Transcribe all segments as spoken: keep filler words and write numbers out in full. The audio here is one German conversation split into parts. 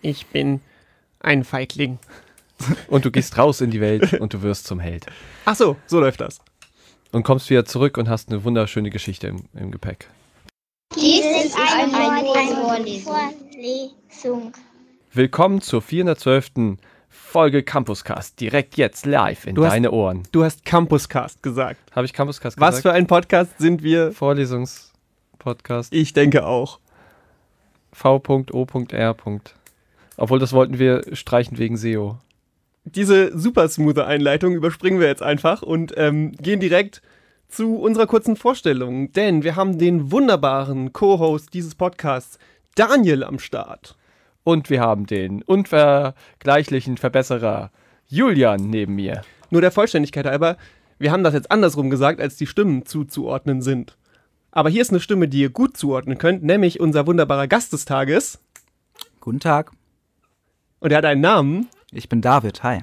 Ich bin ein Feigling. Und du gehst raus in die Welt und du wirst zum Held. Ach so, so läuft das. Und kommst wieder zurück und hast eine wunderschöne Geschichte im, im Gepäck. Dies ist eine, eine, eine Vorlesung. Willkommen zur vierhundertzwölften Folge Campuscast. Direkt jetzt live in Du hast- deine Ohren. Du hast Campuscast gesagt. Habe ich Campuscast gesagt? Was für ein Podcast sind wir? Vorlesungspodcast. Ich denke auch. V O R. Obwohl, das wollten wir streichen wegen S E O. Diese super smoothe Einleitung überspringen wir jetzt einfach und ähm, gehen direkt zu unserer kurzen Vorstellung. Denn wir haben den wunderbaren Co-Host dieses Podcasts, Daniel, am Start. Und wir haben den unvergleichlichen Verbesserer Julian neben mir. Nur der Vollständigkeit halber, wir haben das jetzt andersrum gesagt, als die Stimmen zuzuordnen sind. Aber hier ist eine Stimme, die ihr gut zuordnen könnt, nämlich unser wunderbarer Gast des Tages. Guten Tag, Und er hat einen Namen. ich bin David, hi.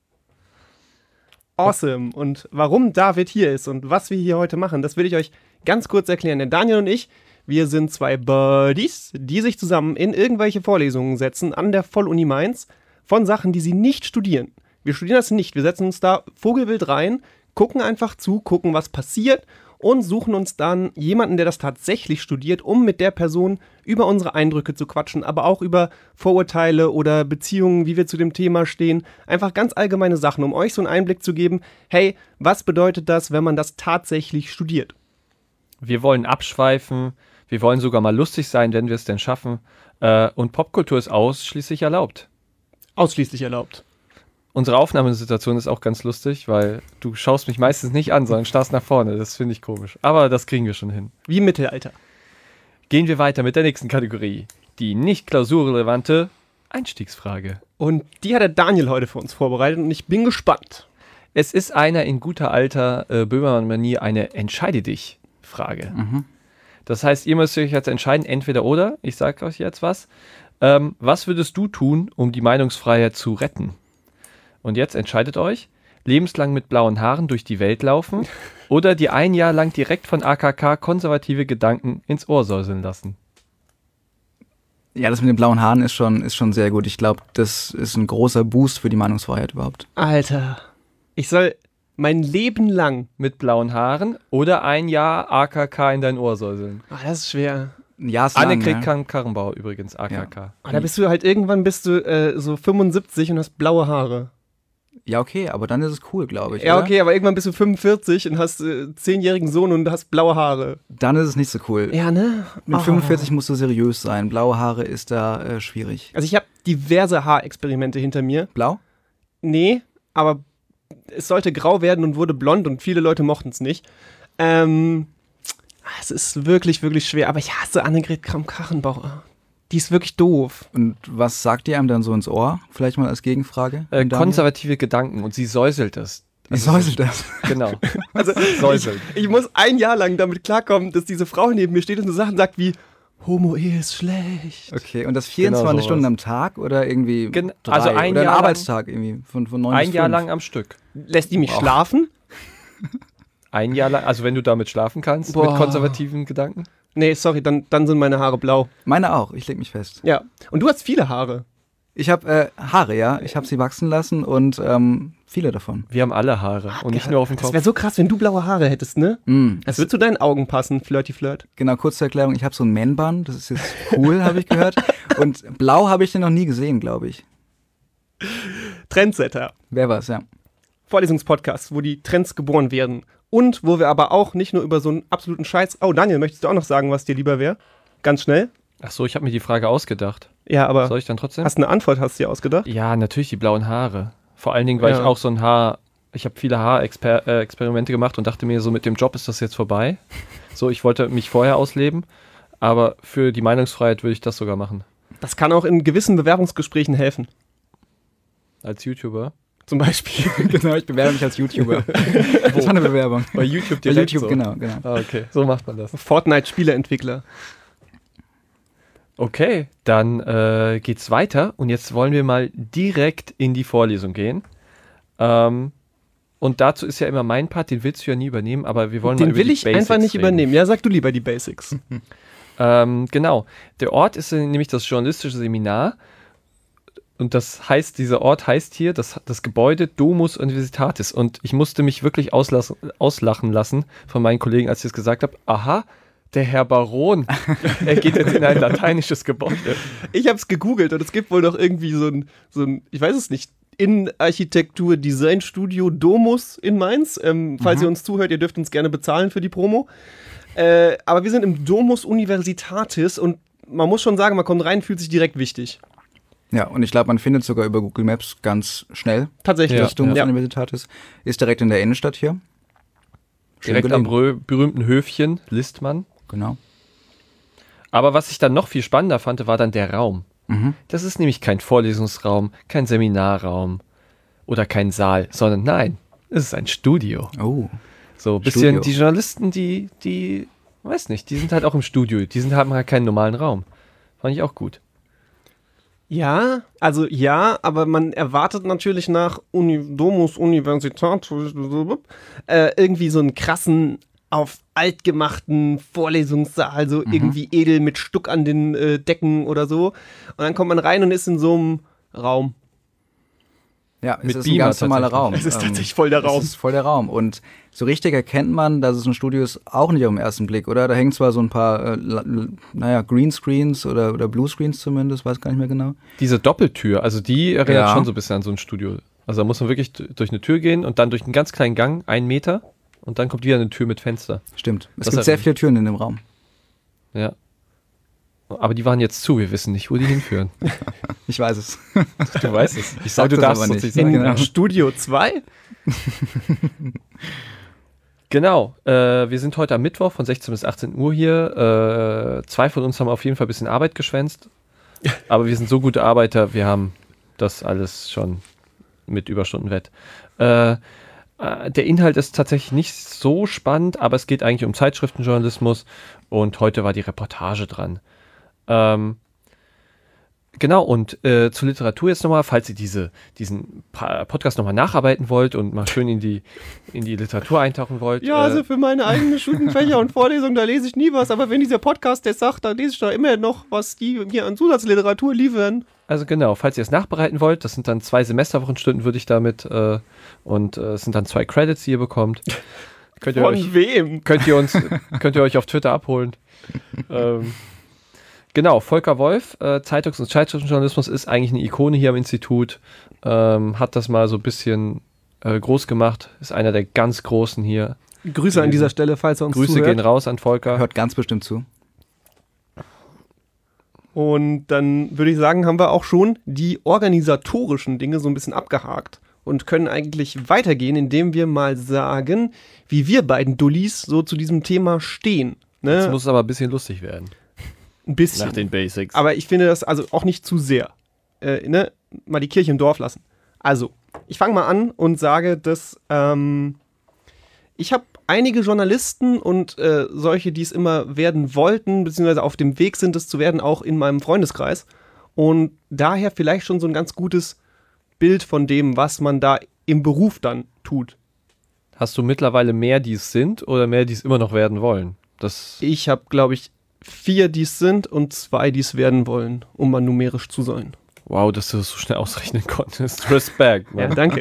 Awesome. Und warum David hier ist und was wir hier heute machen, das will ich euch ganz kurz erklären. Denn Daniel und ich, wir sind zwei Buddies, die sich zusammen in irgendwelche Vorlesungen setzen an der Volluni Mainz von Sachen, die sie nicht studieren. Wir studieren das nicht. Wir setzen uns da vogelwild rein, gucken einfach zu, gucken, was passiert und suchen uns dann jemanden, der das tatsächlich studiert, um mit der Person über unsere Eindrücke zu quatschen, aber auch über Vorurteile oder Beziehungen, wie wir zu dem Thema stehen. Einfach ganz allgemeine Sachen, um euch so einen Einblick zu geben, hey, was bedeutet das, wenn man das tatsächlich studiert? Wir wollen abschweifen, wir wollen sogar mal lustig sein, wenn wir es denn schaffen. Äh, und Popkultur ist ausschließlich erlaubt. Ausschließlich erlaubt. Unsere Aufnahmesituation ist auch ganz lustig, weil du schaust mich meistens nicht an, sondern starrst nach vorne. Das finde ich komisch. Aber das kriegen wir schon hin. Wie im Mittelalter. Gehen wir weiter mit der nächsten Kategorie. Die nicht klausurrelevante Einstiegsfrage. Und die hat der Daniel heute für uns vorbereitet und ich bin gespannt. Es ist einer in guter alter äh, Böhmermann-Manier eine Entscheide-dich-Frage. Mhm. Das heißt, ihr müsst euch jetzt entscheiden, entweder oder. Ich sage euch jetzt was. Ähm, was würdest du tun, um die Meinungsfreiheit zu retten? Und jetzt entscheidet euch, lebenslang mit blauen Haaren durch die Welt laufen oder dir ein Jahr lang direkt von A K K konservative Gedanken ins Ohr säuseln lassen. Ja, das mit den blauen Haaren ist schon, ist schon sehr gut. Ich glaube, das ist ein großer Boost für die Meinungsfreiheit überhaupt. Alter, ich soll mein Leben lang... Mit blauen Haaren oder ein Jahr A K K in dein Ohr säuseln. Ah, das ist schwer. Ein Jahr ist lang, Annegret ne? Karrenbauer übrigens, A K K. Ah, da bist du halt irgendwann bist du äh, so fünfundsiebzig und hast blaue Haare. Ja, okay, aber dann ist es cool, glaube ich. Ja, oder? okay, aber irgendwann bist du fünfundvierzig und hast äh, zehnjährigen Sohn und hast blaue Haare. Dann ist es nicht so cool. Ja, ne? Mit Oh. fünfundvierzig musst du seriös sein. Blaue Haare ist da äh, schwierig. Also ich habe diverse Haarexperimente hinter mir. Blau? Nee, aber es sollte grau werden und wurde blond und viele Leute mochten es nicht. Ähm, es ist wirklich, wirklich schwer. Aber ich hasse Annegret Kramp-Karrenbauer. Die ist wirklich doof. Und was sagt ihr einem dann so ins Ohr? Vielleicht mal als Gegenfrage. Äh, Daniel? konservative Gedanken und sie säuselt es. Wie säuselt das? Genau. Also Säuseln. ich, ich muss ein Jahr lang damit klarkommen, dass diese Frau neben mir steht und so Sachen sagt wie Homo-Ehe ist schlecht. Okay, und das vierundzwanzig sowas. Stunden am Tag oder irgendwie Gen- drei? also ein oder Jahr ein lang- Arbeitstag irgendwie von, von neun Ein bis Jahr fünf? lang am Stück. Lässt die mich Boah. schlafen? Ein Jahr lang, also wenn du damit schlafen kannst, Boah. mit konservativen Gedanken. Nee, sorry, dann, dann sind meine Haare blau. Meine auch, ich leg mich fest. Ja. Und du hast viele Haare. Ich habe äh, Haare, ja. Ich habe sie wachsen lassen und ähm, viele davon. Wir haben alle Haare und nicht nur auf dem Das Kopf. wäre so krass, wenn du blaue Haare hättest, ne? Mm. Das wird zu deinen Augen passen, Flirty Flirt. Genau, kurz zur Erklärung, ich habe so ein Man-Bun, das ist jetzt cool, habe ich gehört. Und blau habe ich den noch nie gesehen, glaube ich. Trendsetter. Wer war's, ja. Vorlesungspodcast, wo die Trends geboren werden. Und wo wir aber auch nicht nur über so einen absoluten Scheiß... Oh, Daniel, möchtest du auch noch sagen, was dir lieber wäre? Ganz schnell. Ach so, ich habe mir die Frage ausgedacht. Ja, aber Soll ich dann trotzdem? hast du eine Antwort, hast du dir ausgedacht? Ja, natürlich die blauen Haare. Vor allen Dingen, weil Ja. ich auch so ein Haar... Ich habe viele Haarexperimente gemacht und dachte mir, so mit dem Job ist das jetzt vorbei. So, ich wollte mich vorher ausleben, aber für die Meinungsfreiheit würde ich das sogar machen. Das kann auch in gewissen Bewerbungsgesprächen helfen. Als YouTuber. Zum Beispiel. Genau, ich bewerbe mich als YouTuber. Das war eine Bewerbung. Bei YouTube Bei direkt YouTube, so. genau, genau. Ah, okay, so macht man das. Fortnite-Spieleentwickler. Okay, dann äh, geht's weiter und jetzt wollen wir mal direkt in die Vorlesung gehen. Ähm, und dazu ist ja immer mein Part, den willst du ja nie übernehmen, aber wir wollen mal Den über will die ich Basics einfach nicht reden. übernehmen. Ja, sag du lieber die Basics. Ähm, genau, der Ort ist äh, nämlich das journalistische Seminar und das heißt, dieser Ort heißt hier, das, das Gebäude Domus Universitatis. Und ich musste mich wirklich auslassen, auslachen lassen von meinen Kollegen, als ich es gesagt habe. Aha, der Herr Baron, er geht jetzt in ein lateinisches Gebäude. Ich habe es gegoogelt und es gibt wohl noch irgendwie so ein, so ein ich weiß es nicht, Innenarchitektur Design Studio Domus in Mainz. Ähm, falls Mhm. ihr uns zuhört, ihr dürft uns gerne bezahlen für die Promo. Äh, aber wir sind im Domus Universitatis und man muss schon sagen, man kommt rein, fühlt sich direkt wichtig. Ja, und ich glaube, man findet sogar über Google Maps ganz schnell. Tatsächlich. Ja, Das Domus ja. Universitatis ist direkt in der Innenstadt hier. Schön Direkt am gelegen. berüh- berühmten Höfchen, Listmann. Genau. Aber was ich dann noch viel spannender fand, war dann der Raum. Mhm. Das ist nämlich kein Vorlesungsraum, kein Seminarraum oder kein Saal, sondern nein, es ist ein Studio. Oh. So ein bisschen Studio. die Journalisten, die, die, weiß nicht, die sind halt auch im Studio. Die sind, haben halt keinen normalen Raum. Fand ich auch gut. Ja, also ja, aber man erwartet natürlich nach Uni Domus Universitatis äh, irgendwie so einen krassen, auf alt gemachten Vorlesungssaal, so Mhm. irgendwie edel mit Stuck an den äh, Decken oder so. Und dann kommt man rein und ist in so einem Raum. Ja, es Mit ist Beamer ein ganz normaler Raum. Es ist Ähm, tatsächlich voll der Raum. Es ist voll der Raum. Und so richtig erkennt man, dass es ein Studio ist, auch nicht auf den ersten Blick, oder? Da hängen zwar so ein paar, äh, la- l- naja, Greenscreens oder, oder Bluescreens zumindest, weiß gar nicht mehr genau. Diese Doppeltür, also die erinnert Ja. schon so ein bisschen an so ein Studio. Also da muss man wirklich d- durch eine Tür gehen und dann durch einen ganz kleinen Gang, einen Meter, und dann kommt wieder eine Tür mit Fenster. Stimmt. Es Das gibt hat- sehr viele Türen in dem Raum. Ja. Aber die waren jetzt zu, wir wissen nicht, wo die hinführen. Ich weiß es. Du weißt es. Ich sag sag, du das darfst aber es nicht. nicht sagen. Genau. Studio zwei? Genau, äh, wir sind heute am Mittwoch von sechzehn bis achtzehn Uhr hier. Äh, zwei von uns haben auf jeden Fall ein bisschen Arbeit geschwänzt. Aber wir sind so gute Arbeiter, wir haben das alles schon mit Überstunden wett. Äh, äh, der Inhalt ist tatsächlich nicht so spannend, aber es geht eigentlich um Zeitschriftenjournalismus und heute war die Reportage dran. Ähm, Genau, und äh, zur Literatur jetzt nochmal, falls ihr diese, diesen Pa- Podcast nochmal nacharbeiten wollt und mal schön in die, in die Literatur eintauchen wollt. Ja, äh, also für meine eigenen Studienfächer und Vorlesungen, da lese ich nie was. Aber wenn dieser Podcast das sagt, dann lese ich da immer noch, was die mir an Zusatzliteratur liefern. Also genau, falls ihr es nachbereiten wollt, das sind dann zwei Semesterwochenstunden, würde ich damit, äh, und äh, es sind dann zwei Credits, die ihr bekommt. Könnt ihr, Von euch, wem? könnt ihr uns, könnt ihr euch auf Twitter abholen. ähm, genau, Volker Wolf, äh, Zeitungs- und Zeitschriftenjournalismus, ist eigentlich eine Ikone hier am Institut, ähm, hat das mal so ein bisschen äh, groß gemacht, ist einer der ganz Großen hier. Grüße an dieser Stelle, falls er uns Grüße zuhört. gehen raus an Volker. Hört ganz bestimmt zu. Und dann würde ich sagen, haben wir auch schon die organisatorischen Dinge so ein bisschen abgehakt und können eigentlich weitergehen, indem wir mal sagen, wie wir beiden Dullis so zu diesem Thema stehen. Ne? Jetzt muss es aber ein bisschen lustig werden. Ein bisschen. Nach den Basics. Aber ich finde das also auch nicht zu sehr. Äh, ne? Mal die Kirche im Dorf lassen. Also, ich fange mal an und sage, dass ähm, ich habe einige Journalisten und äh, solche, die es immer werden wollten, beziehungsweise auf dem Weg sind, es zu werden, auch in meinem Freundeskreis. Und daher vielleicht schon so ein ganz gutes Bild von dem, was man da im Beruf dann tut. Hast du mittlerweile mehr, die es sind, oder mehr, die es immer noch werden wollen? Das Ich habe, glaube ich, vier, die es sind und zwei, die es werden wollen, um mal numerisch zu sein. wow, dass du das so schnell ausrechnen konntest. Respekt. Ja, Mann. danke.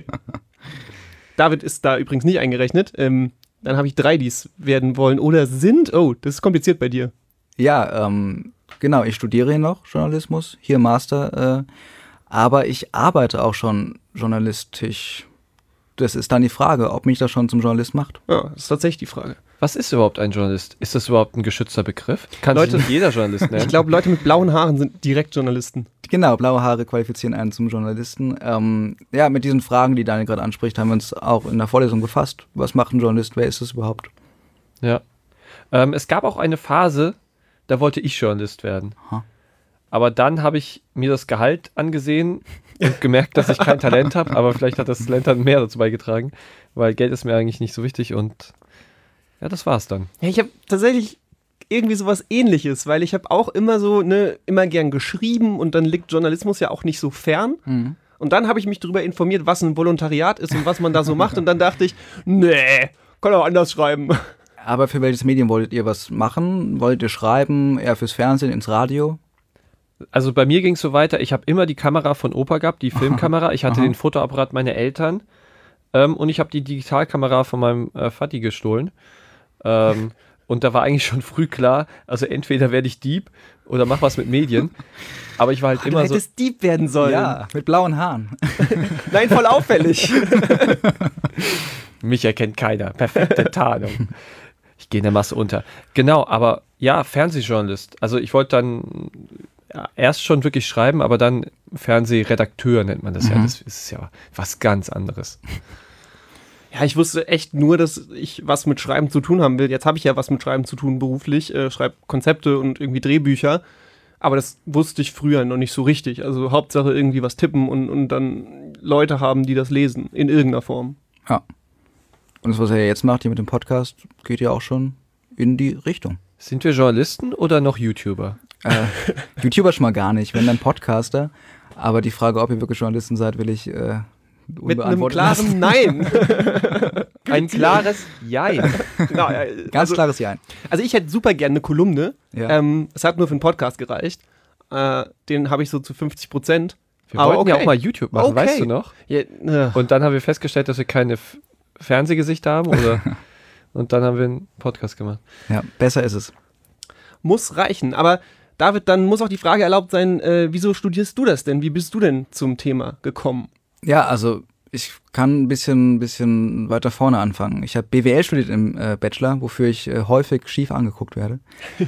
David ist da übrigens nicht eingerechnet. Ähm, dann habe ich drei, die es werden wollen oder sind. Oh, das ist kompliziert bei dir. Ja, ähm, genau, ich studiere hier noch Journalismus, hier Master, äh, aber ich arbeite auch schon journalistisch. Das ist dann die Frage, ob mich das schon zum Journalist macht. Ja, das ist tatsächlich die Frage. Was ist überhaupt ein Journalist? Ist das überhaupt ein geschützter Begriff? Kann Leute- sich nicht jeder Journalist nennen? Ich glaube, Leute mit blauen Haaren sind direkt Journalisten. Genau, blaue Haare qualifizieren einen zum Journalisten. Ähm, ja, mit diesen Fragen, die Daniel gerade anspricht, haben wir uns auch in der Vorlesung befasst. Was macht ein Journalist? Wer ist es überhaupt? Ja. Ähm, es gab auch eine Phase, da wollte ich Journalist werden. Aha. Aber dann habe ich mir das Gehalt angesehen und gemerkt, dass ich kein Talent habe, aber vielleicht hat das Talent dann mehr dazu beigetragen, weil Geld ist mir eigentlich nicht so wichtig und ja, das war's dann. Ja, ich habe tatsächlich irgendwie sowas Ähnliches, weil ich habe auch immer so, ne, immer gern geschrieben und dann liegt Journalismus ja auch nicht so fern. Mhm. Und dann habe ich mich darüber informiert, was ein Volontariat ist und was man da so macht. Und dann dachte ich, nee, kann auch anders schreiben. Aber für welches Medium wolltet ihr was machen? Wollt ihr schreiben? Eher fürs Fernsehen, ins Radio? Also bei mir ging es so weiter, ich habe immer die Kamera von Opa gehabt, die Filmkamera. Ich hatte Aha. den Fotoapparat meiner Eltern ähm, und ich habe die Digitalkamera von meinem äh, Vati gestohlen. Ähm, und da war eigentlich schon früh klar, also entweder werde ich Dieb oder mach was mit Medien. Aber ich war halt Du immer so... hättest Dieb werden sollen. Ja, mit blauen Haaren. Nein, voll auffällig. Mich erkennt keiner. Perfekte Tarnung. Ich gehe in der Masse unter. Genau, aber ja, Fernsehjournalist. Also ich wollte dann ja, erst schon wirklich schreiben, aber dann Fernsehredakteur nennt man das Mhm. ja. Das ist ja was ganz anderes. Ja, ich wusste echt nur, dass ich was mit Schreiben zu tun haben will. Jetzt habe ich ja was mit Schreiben zu tun beruflich, äh, schreibe Konzepte und irgendwie Drehbücher. Aber das wusste ich früher noch nicht so richtig. Also Hauptsache irgendwie was tippen und, und dann Leute haben, die das lesen, in irgendeiner Form. Ja. Und das, was er jetzt macht hier mit dem Podcast, geht ja auch schon in die Richtung. Sind wir Journalisten oder noch YouTuber? Äh, YouTuber schon mal gar nicht, wenn dann Podcaster. Aber die Frage, ob ihr wirklich Journalisten seid, will ich äh, Mit einem unbeantwortet klaren lassen. Nein. Ein klares Jein. Genau, ja, Ganz also, klares Ja. also ich hätte super gerne eine Kolumne. Ja. Ähm, es hat nur für einen Podcast gereicht. Äh, den habe ich so zu fünfzig Prozent. Wir Aber wollten ja okay. auch mal YouTube machen, Okay. weißt du noch? Ja, äh, Und dann haben wir festgestellt, dass wir keine F- Fernsehgesichter haben. Oder und dann haben wir einen Podcast gemacht. Ja, besser ist es. muss reichen. Aber David, dann muss auch die Frage erlaubt sein, äh, wieso studierst du das denn? Wie bist du denn zum Thema gekommen? Ja, also ich kann ein bisschen, bisschen weiter vorne anfangen. Ich habe B W L studiert im äh, Bachelor, wofür ich äh, häufig schief angeguckt werde.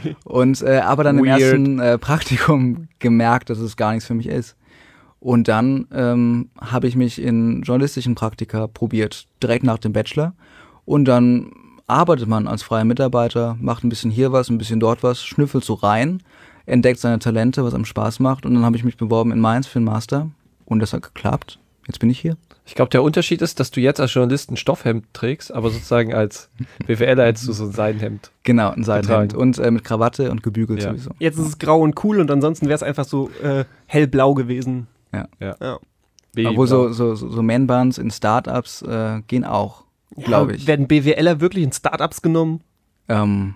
Und äh, aber dann im Weird. ersten äh, Praktikum gemerkt, dass es gar nichts für mich ist. Und dann ähm, habe ich mich in journalistischen Praktika probiert, direkt nach dem Bachelor. Und dann arbeitet man als freier Mitarbeiter, macht ein bisschen hier was, ein bisschen dort was, schnüffelt so rein, entdeckt seine Talente, was einem Spaß macht. Und dann habe ich mich beworben in Mainz für den Master. Und das hat geklappt. Jetzt bin ich hier. Ich glaube, der Unterschied ist, dass du jetzt als Journalist ein Stoffhemd trägst, aber sozusagen als BWLer hättest du so ein Seidenhemd. Genau, ein Seidenhemd. Getragen. Und äh, mit Krawatte und gebügelt Ja. sowieso. Jetzt ist es grau und cool und ansonsten wäre es einfach so äh, hellblau gewesen. Ja. Ja. Obwohl so, so, so, so Man-Buns in Startups äh, gehen auch, glaube ich. Werden BWLer wirklich in Startups genommen? Ähm,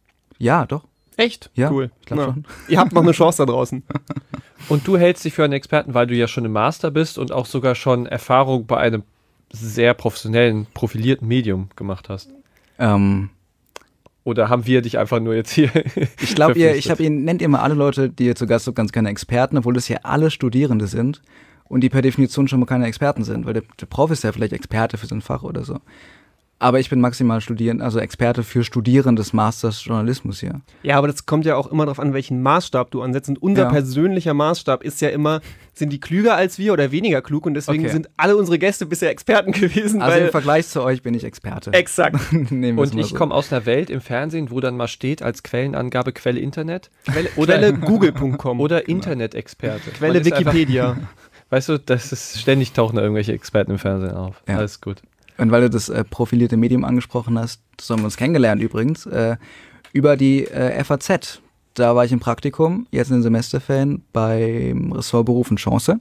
ja, doch. Echt? Ja, Cool. ich glaube Ja. schon. Ihr habt noch eine Chance da draußen. Und du hältst dich für einen Experten, weil du ja schon im Master bist und auch sogar schon Erfahrung bei einem sehr professionellen, profilierten Medium gemacht hast. Ähm, Oder haben wir dich einfach nur jetzt hier ich glaube, ihr, ich verpflichtet? habe ihn, nennt ihr mal alle Leute, die ihr zu Gast habt, ganz keine Experten, obwohl das ja alle Studierende sind und die per Definition schon mal keine Experten sind, weil der, der Prof ist ja vielleicht Experte für sein Fach oder so. Aber ich bin maximal Studierend, also Experte für Studierende des Masters Journalismus hier. Ja, aber das kommt ja auch immer darauf an, welchen Maßstab du ansetzt. Und unser Ja. persönlicher Maßstab ist ja immer, sind die klüger als wir oder weniger klug? Und deswegen Okay. sind alle unsere Gäste bisher Experten gewesen. Also weil, im Vergleich zu euch bin ich Experte. exakt. Nehmen wir es Und mal ich so. komme aus einer Welt im Fernsehen, wo dann mal steht als Quellenangabe Quelle Internet Quelle, Oder- Quelle google punkt com. oder Internet-Experte. Quelle Man ist einfach- Wikipedia. Weißt du, das ist ständig tauchen da irgendwelche Experten im Fernsehen auf. Ja. Alles gut. Und weil du das äh, profilierte Medium angesprochen hast, so haben wir uns kennengelernt übrigens, äh, über die äh, F A Z. Da war ich im Praktikum, jetzt in den Semesterferien beim Ressort Beruf und Chance.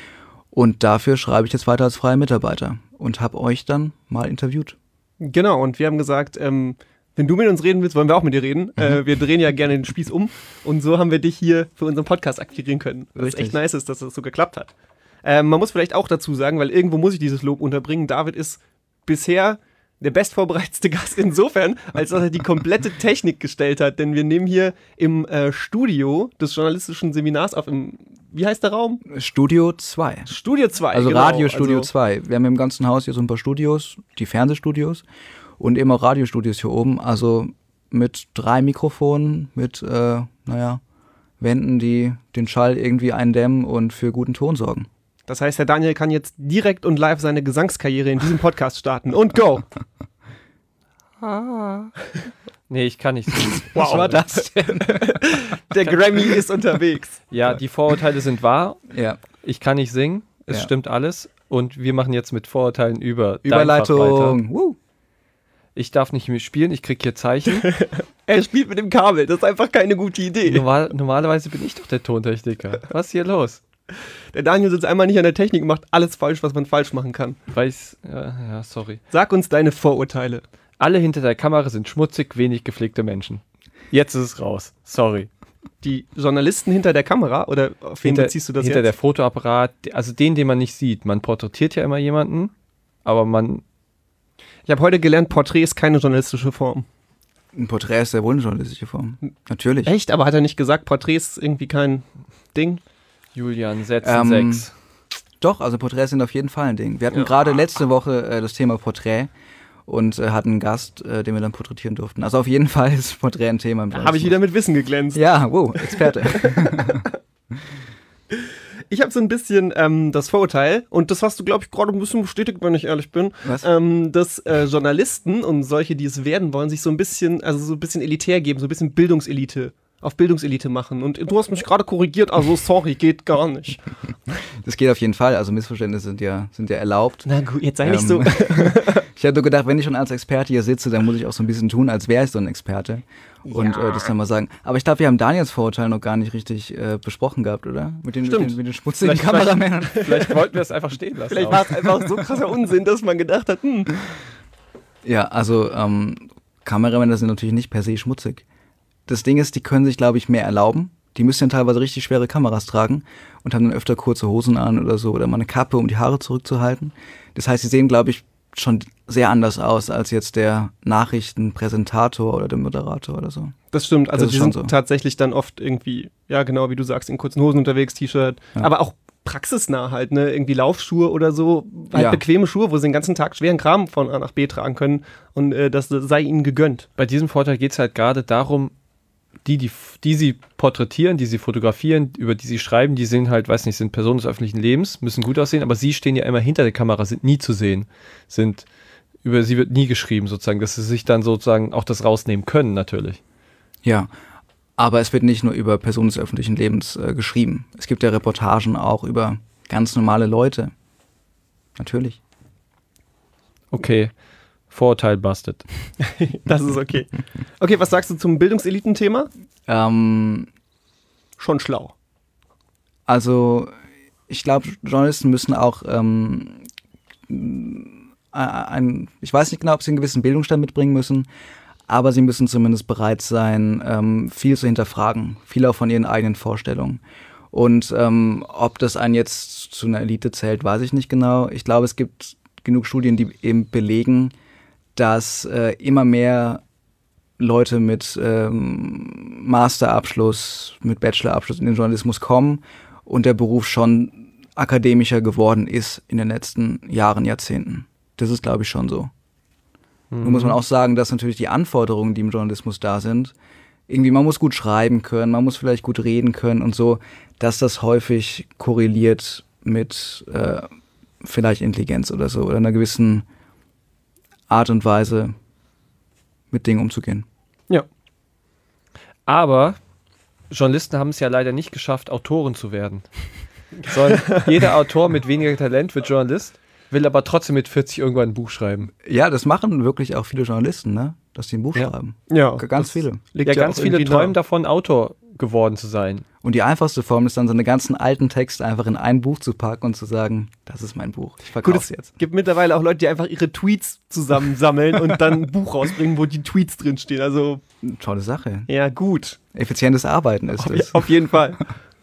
Und dafür schreibe ich jetzt weiter als freier Mitarbeiter und habe euch dann mal interviewt. Genau, und wir haben gesagt, ähm, wenn du mit uns reden willst, wollen wir auch mit dir reden. Mhm. Äh, wir drehen ja gerne den Spieß um. Und so haben wir dich hier für unseren Podcast akquirieren können. Was Richtig. echt nice ist, dass das so geklappt hat. Ähm, man muss vielleicht auch dazu sagen, weil irgendwo muss ich dieses Lob unterbringen, David ist bisher der bestvorbereitete Gast insofern, als dass er die komplette Technik gestellt hat. Denn wir nehmen hier im äh, Studio des journalistischen Seminars auf, im, wie heißt der Raum? Studio zwei. Studio zwei. Also genau. Radiostudio Also, zwei. Wir haben im ganzen Haus hier so ein paar Studios, die Fernsehstudios und eben auch Radiostudios hier oben. Also mit drei Mikrofonen, mit, äh, naja, Wänden, die den Schall irgendwie eindämmen und für guten Ton sorgen. Das heißt, der Daniel kann jetzt direkt und live seine Gesangskarriere in diesem Podcast starten. Und go! Nee, ich kann nicht singen. Wow. Was war das denn? Der Grammy ist unterwegs. Ja, die Vorurteile sind wahr. Ja. Ich kann nicht singen. Es Ja. stimmt alles. Und wir machen jetzt mit Vorurteilen über dein Fach weiter. Überleitung. Woo. Ich darf nicht mehr spielen, ich krieg hier Zeichen. Er spielt mit dem Kabel. Das ist einfach keine gute Idee. Normal, normalerweise bin ich doch der Tontechniker. Was ist hier los? Der Daniel sitzt einmal nicht an der Technik und macht alles falsch, was man falsch machen kann. Weiß, ja, ja, sorry. Sag uns deine Vorurteile. Alle hinter der Kamera sind schmutzig, wenig gepflegte Menschen. Jetzt ist es raus. Sorry. Die Journalisten hinter der Kamera? Oder auf wen Hinter, beziehst du das hinter jetzt? der Fotoapparat, also den, den man nicht sieht. Man porträtiert ja immer jemanden, aber man... Ich habe heute gelernt, Porträt ist keine journalistische Form. Ein Porträt ist sehr wohl eine journalistische Form. Natürlich. Echt? Aber hat er nicht gesagt, Porträt ist irgendwie kein Ding? Julian, setzen Ähm, sechs. Doch, also Porträts sind auf jeden Fall ein Ding. Wir hatten Ja. gerade letzte Woche äh, das Thema Porträt und äh, hatten einen Gast, äh, den wir dann porträtieren durften. Also auf jeden Fall ist Porträt ein Thema. Im Habe ich wieder mit Wissen geglänzt. Ja, wow, Experte. Ich habe so ein bisschen ähm, das Vorurteil, und das hast du, glaube ich, gerade ein bisschen bestätigt, wenn ich ehrlich bin, Was? ähm, dass äh, Journalisten und solche, die es werden wollen, sich so ein bisschen, also so ein bisschen elitär geben, so ein bisschen Bildungselite, auf Bildungselite machen. Und du hast mich gerade korrigiert, also sorry, geht gar nicht. Das geht auf jeden Fall. Also Missverständnisse sind ja, sind ja erlaubt. Na gut, jetzt sei nicht Ähm, so. Ich habe nur gedacht, wenn ich schon als Experte hier sitze, dann muss ich auch so ein bisschen tun, als wäre ich so ein Experte. Und Ja. äh, das dann mal sagen. Aber ich glaube, wir haben Daniels Vorurteil noch gar nicht richtig äh, besprochen gehabt, oder? Mit den, mit Stimmt. den, mit den schmutzigen Vielleicht- Kameramännern. Vielleicht wollten wir es einfach stehen lassen. Vielleicht auch. war es einfach so krasser Unsinn, dass man gedacht hat, hm. Ja, also ähm, Kameramänner sind natürlich nicht per se schmutzig. Das Ding ist, die können sich, glaube ich, mehr erlauben. Die müssen dann teilweise richtig schwere Kameras tragen und haben dann öfter kurze Hosen an oder so oder mal eine Kappe, um die Haare zurückzuhalten. Das heißt, sie sehen, glaube ich, schon sehr anders aus als jetzt der Nachrichtenpräsentator oder der Moderator oder so. Das stimmt, also Das ist die schon sind so. tatsächlich dann oft irgendwie, ja genau, wie du sagst, in kurzen Hosen unterwegs, T-Shirt, Ja. aber auch praxisnah halt, ne, irgendwie Laufschuhe oder so, halt Ja. bequeme Schuhe, wo sie den ganzen Tag schweren Kram von A nach B tragen können und äh, das sei ihnen gegönnt. Bei diesem Vorteil geht es halt gerade darum, die, die, die sie porträtieren, die sie fotografieren, über die sie schreiben, die sind halt, weiß nicht, sind Personen des öffentlichen Lebens, müssen gut aussehen, aber sie stehen ja immer hinter der Kamera, sind nie zu sehen, sind, über sie wird nie geschrieben sozusagen, dass sie sich dann sozusagen auch das rausnehmen können natürlich. Ja, aber es wird nicht nur über Personen des öffentlichen Lebens äh, geschrieben. Es gibt ja Reportagen auch über ganz normale Leute. Natürlich. Okay, Vorurteil busted. Das ist okay. Okay, was sagst du zum Bildungselitenthema? Ähm, Schon schlau. Also, ich glaube, Journalisten müssen auch ähm, ein, ich weiß nicht genau, ob sie einen gewissen Bildungsstand mitbringen müssen, aber sie müssen zumindest bereit sein, ähm, viel zu hinterfragen, viel auch von ihren eigenen Vorstellungen. Und ähm, ob das einen jetzt zu einer Elite zählt, weiß ich nicht genau. Ich glaube, es gibt genug Studien, die eben belegen, dass äh, immer mehr Leute mit ähm, Masterabschluss, mit Bachelorabschluss in den Journalismus kommen und der Beruf schon akademischer geworden ist in den letzten Jahren, Jahrzehnten. Das ist, glaube ich, schon so. Nun muss man auch sagen, dass natürlich die Anforderungen, die im Journalismus da sind, irgendwie, man muss gut schreiben können, man muss vielleicht gut reden können und so, dass das häufig korreliert mit äh, vielleicht Intelligenz oder so oder einer gewissen Art und Weise, mit Dingen umzugehen. Ja. Aber Journalisten haben es ja leider nicht geschafft, Autoren zu werden. Sondern jeder Autor mit weniger Talent wird Journalist, will aber trotzdem mit vierzig irgendwann ein Buch schreiben. Ja, das machen wirklich auch viele Journalisten, ne? Dass sie ein Buch Ja. schreiben. Ja, Ganz das viele. liegt Ja, ganz auch viele irgendwie träumen nah. davon, Autor geworden zu sein. Und die einfachste Form ist dann, seine ganzen alten Texte einfach in ein Buch zu packen und zu sagen, das ist mein Buch, ich Gut, verkaufe es es jetzt. gibt mittlerweile auch Leute, die einfach ihre Tweets zusammensammeln und dann ein Buch rausbringen, wo die Tweets drinstehen. Also, Tolle Sache. ja, gut. Effizientes Arbeiten ist Auf, das. auf jeden Fall.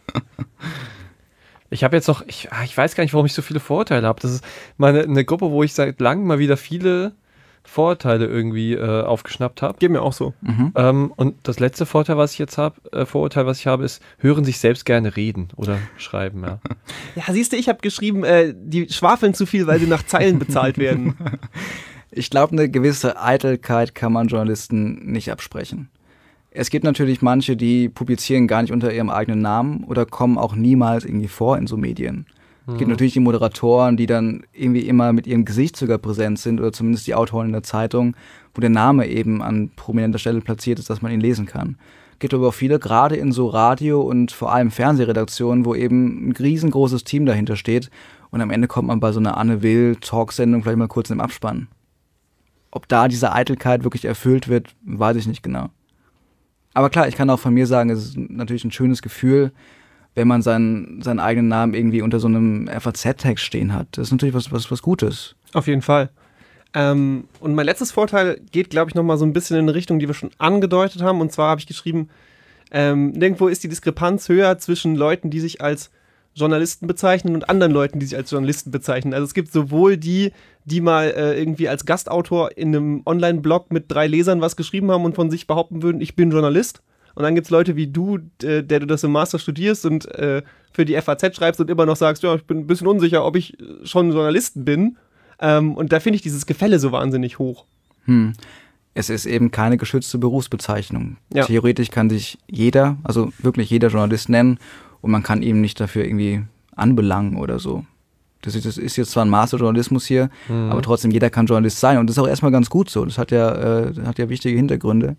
Ich habe jetzt noch, ich, ah, ich weiß gar nicht, warum ich so viele Vorurteile habe. Das ist mal eine, eine Gruppe, wo ich seit langem mal wieder viele Vorurteile irgendwie äh, aufgeschnappt habe. Geht mir auch so. Mhm. Ähm, und das letzte Vorteil, was ich jetzt habe, äh, Vorurteil, was ich habe, ist, hören sich selbst gerne reden oder schreiben. Ja. Ja, siehst du, ich habe geschrieben, äh, die schwafeln zu viel, weil sie nach Zeilen bezahlt werden. Ich glaube, eine gewisse Eitelkeit kann man Journalisten nicht absprechen. Es gibt natürlich manche, die publizieren gar nicht unter ihrem eigenen Namen oder kommen auch niemals irgendwie vor in so Medien. Es gibt natürlich die Moderatoren, die dann irgendwie immer mit ihrem Gesicht sogar präsent sind oder zumindest die Autoren in der Zeitung, wo der Name eben an prominenter Stelle platziert ist, dass man ihn lesen kann. Es gibt aber auch viele, gerade in so Radio- und vor allem Fernsehredaktionen, wo eben ein riesengroßes Team dahinter steht und am Ende kommt man bei so einer Anne Will-Talksendung vielleicht mal kurz im Abspann. Ob da diese Eitelkeit wirklich erfüllt wird, weiß ich nicht genau. Aber klar, ich kann auch von mir sagen, es ist natürlich ein schönes Gefühl, wenn man seinen, seinen eigenen Namen irgendwie unter so einem F A Z-Text stehen hat. Das ist natürlich was, was, was Gutes. Auf jeden Fall. Ähm, und mein letztes Vorteil geht, glaube ich, noch mal so ein bisschen in eine Richtung, die wir schon angedeutet haben. Und zwar habe ich geschrieben, ähm, nirgendwo ist die Diskrepanz höher zwischen Leuten, die sich als Journalisten bezeichnen und anderen Leuten, die sich als Journalisten bezeichnen. Also es gibt sowohl die, die mal äh, irgendwie als Gastautor in einem Online-Blog mit drei Lesern was geschrieben haben und von sich behaupten würden, ich bin Journalist. Und dann gibt es Leute wie du, äh, der du das im Master studierst und äh, für die F A Z schreibst und immer noch sagst, ja, ich bin ein bisschen unsicher, ob ich schon Journalist bin. Ähm, und da finde ich dieses Gefälle so wahnsinnig hoch. Hm. Es ist eben keine geschützte Berufsbezeichnung. Ja. Theoretisch kann sich jeder, also wirklich jeder Journalist nennen und man kann ihm nicht dafür irgendwie anbelangen oder so. Das ist, das ist jetzt zwar ein Masterjournalismus hier, Mhm. aber trotzdem jeder kann Journalist sein und das ist auch erstmal ganz gut so. Das hat ja, äh, hat ja wichtige Hintergründe.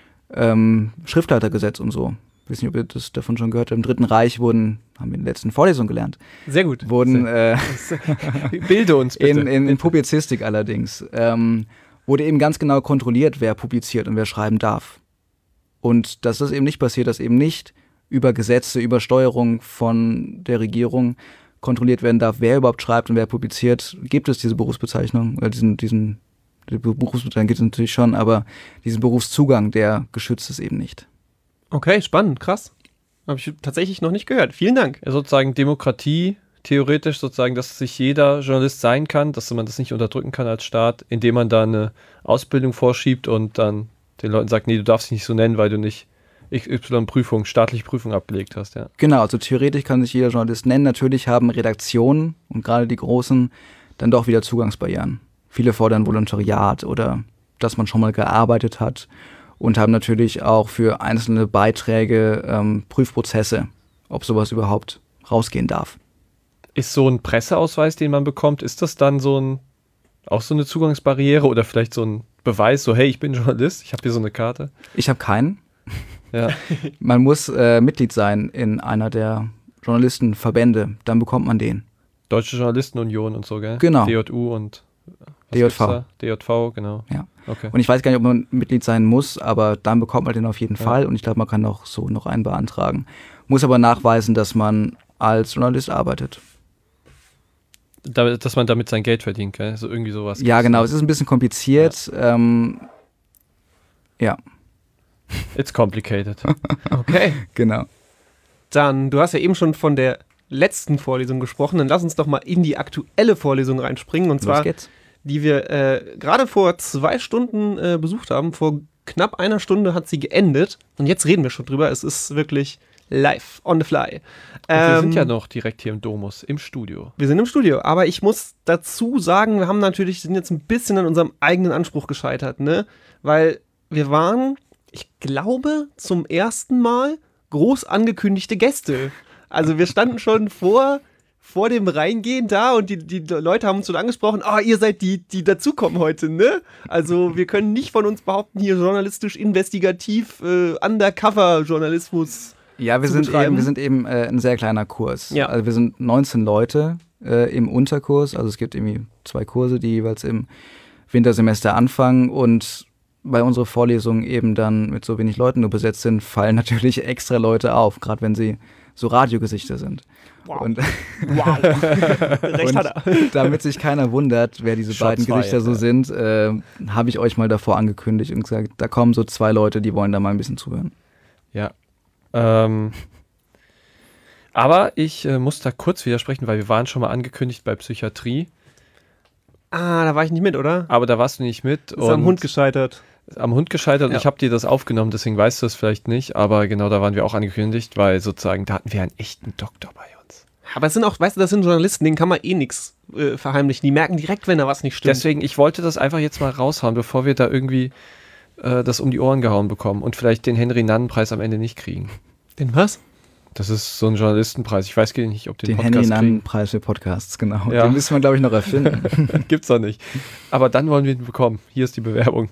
Ähm, Schriftleitergesetz und so. Ich weiß nicht, ob ihr das davon schon gehört habt. Im Dritten Reich wurden, haben wir in der letzten Vorlesung gelernt, Sehr gut. wurden äh, Bilde uns bitte. in, in, in Publizistik allerdings, ähm, wurde eben ganz genau kontrolliert, wer publiziert und wer schreiben darf. Und dass das eben nicht passiert, dass eben nicht über Gesetze, über Steuerung von der Regierung kontrolliert werden darf, wer überhaupt schreibt und wer publiziert, gibt es diese Berufsbezeichnung, oder diesen, diesen die Berufsbezeichnung gibt es natürlich schon, aber diesen Berufszugang, der geschützt ist eben nicht. Okay, spannend, krass. Habe ich tatsächlich noch nicht gehört. Vielen Dank. Ja, sozusagen Demokratie, theoretisch sozusagen, dass sich jeder Journalist sein kann, dass man das nicht unterdrücken kann als Staat, indem man da eine Ausbildung vorschiebt und dann den Leuten sagt, nee, du darfst dich nicht so nennen, weil du nicht X Y-Prüfung, staatliche Prüfung abgelegt hast, ja. Genau, also theoretisch kann sich jeder Journalist nennen. Natürlich haben Redaktionen und gerade die großen dann doch wieder Zugangsbarrieren. Viele fordern Volontariat oder dass man schon mal gearbeitet hat und haben natürlich auch für einzelne Beiträge ähm, Prüfprozesse, ob sowas überhaupt rausgehen darf. Ist so ein Presseausweis, den man bekommt, ist das dann so ein, auch so eine Zugangsbarriere oder vielleicht so ein Beweis, so hey, ich bin Journalist, ich habe hier so eine Karte? Ich habe keinen. Ja. Man muss äh, Mitglied sein in einer der Journalistenverbände, dann bekommt man den. Deutsche Journalistenunion und so, gell? Genau. D J U und was D J gibt's V. da? D J V, genau. Ja. Okay. Und ich weiß gar nicht, ob man Mitglied sein muss, aber dann bekommt man den auf jeden Ja. Fall und ich glaube, man kann auch so noch einen beantragen. Muss aber nachweisen, dass man als Journalist arbeitet. Da, dass man damit sein Geld verdient, gell? So irgendwie sowas. Ja, gibt's, genau. ne? Es ist ein bisschen kompliziert. Ja. Ähm, ja, It's complicated. Okay. genau. Dann, du hast ja eben schon von der letzten Vorlesung gesprochen, dann lass uns doch mal in die aktuelle Vorlesung reinspringen. Und zwar, Los geht's. die wir äh, gerade vor zwei Stunden äh, besucht haben. Vor knapp einer Stunde hat sie geendet. Und jetzt reden wir schon drüber. Es ist wirklich live, on the fly. Und wir sind Ähm, ja noch direkt hier im Domus, im Studio. Wir sind im Studio, aber ich muss dazu sagen, wir haben natürlich, sind jetzt ein bisschen an unserem eigenen Anspruch gescheitert, ne? Weil wir waren, ich glaube, zum ersten Mal groß angekündigte Gäste. Also wir standen schon vor, vor dem Reingehen da und die, die Leute haben uns schon angesprochen, ah, ihr seid die, die dazukommen heute, ne? Also wir können nicht von uns behaupten, hier journalistisch, investigativ, äh, Undercover-Journalismus. Ja, wir zu sind betreiben. eben, wir sind eben äh, ein sehr kleiner Kurs. Ja. Also wir sind neunzehn Leute äh, im Unterkurs. Also es gibt irgendwie zwei Kurse, die jeweils im Wintersemester anfangen und bei unserer Vorlesung eben dann mit so wenig Leuten nur besetzt sind, fallen natürlich extra Leute auf, gerade wenn sie so Radiogesichter sind. Wow. Und, Wow. Recht und hat er. damit sich keiner wundert, wer diese Shots beiden Gesichter fired, so ja. sind, äh, habe ich euch mal davor angekündigt und gesagt, da kommen so zwei Leute, die wollen da mal ein bisschen zuhören. Ja. Ähm, aber ich äh, muss da kurz widersprechen, weil wir waren schon mal angekündigt bei Psychiatrie, Ah, da war ich nicht mit, oder? aber da warst du nicht mit. Ist am Hund gescheitert. am Hund gescheitert und Ja. ich habe dir das aufgenommen, deswegen weißt du es vielleicht nicht, aber genau da waren wir auch angekündigt, weil sozusagen da hatten wir einen echten Doktor bei uns. Aber es sind auch, weißt du, das sind Journalisten, denen kann man eh nichts äh, verheimlichen. Die merken direkt, wenn da was nicht stimmt. Deswegen, ich wollte das einfach jetzt mal raushauen, bevor wir da irgendwie äh, das um die Ohren gehauen bekommen und vielleicht den Henry-Nannen-Preis am Ende nicht kriegen. Den was? Das ist so ein Journalistenpreis. Ich weiß gar nicht, ob den, Den Podcast kriegen. Henry-Nannen-Preis für Podcasts, genau. Ja. Den müssen wir, glaube ich, noch erfinden. Gibt's doch nicht. Aber dann wollen wir ihn bekommen. Hier ist die Bewerbung.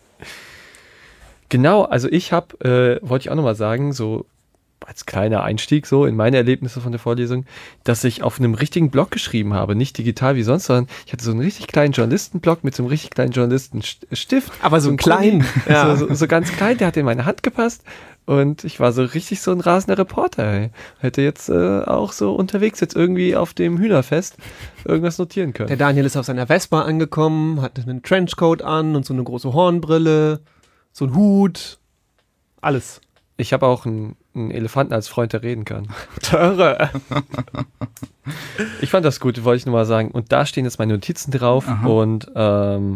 Genau, also ich habe, äh, wollte ich auch nochmal sagen, so als kleiner Einstieg so in meine Erlebnisse von der Vorlesung, dass ich auf einem richtigen Blog geschrieben habe, nicht digital wie sonst, sondern ich hatte so einen richtig kleinen Journalistenblog mit so einem richtig kleinen Journalistenstift. Aber so ein klein. Ja. So, so, so ganz klein, der hat in meine Hand gepasst und ich war so richtig so ein rasender Reporter. Ey. Hätte jetzt äh, auch so unterwegs jetzt irgendwie auf dem Hühnerfest irgendwas notieren können. Der Daniel ist auf seiner Vespa angekommen, hatte einen Trenchcoat an und so eine große Hornbrille, so ein Hut, alles. Ich habe auch einen, einen Elefanten als Freund, der reden kann. Töre. Ich fand das gut, wollte ich nur mal sagen. Und da stehen jetzt meine Notizen drauf. Aha. Und ähm,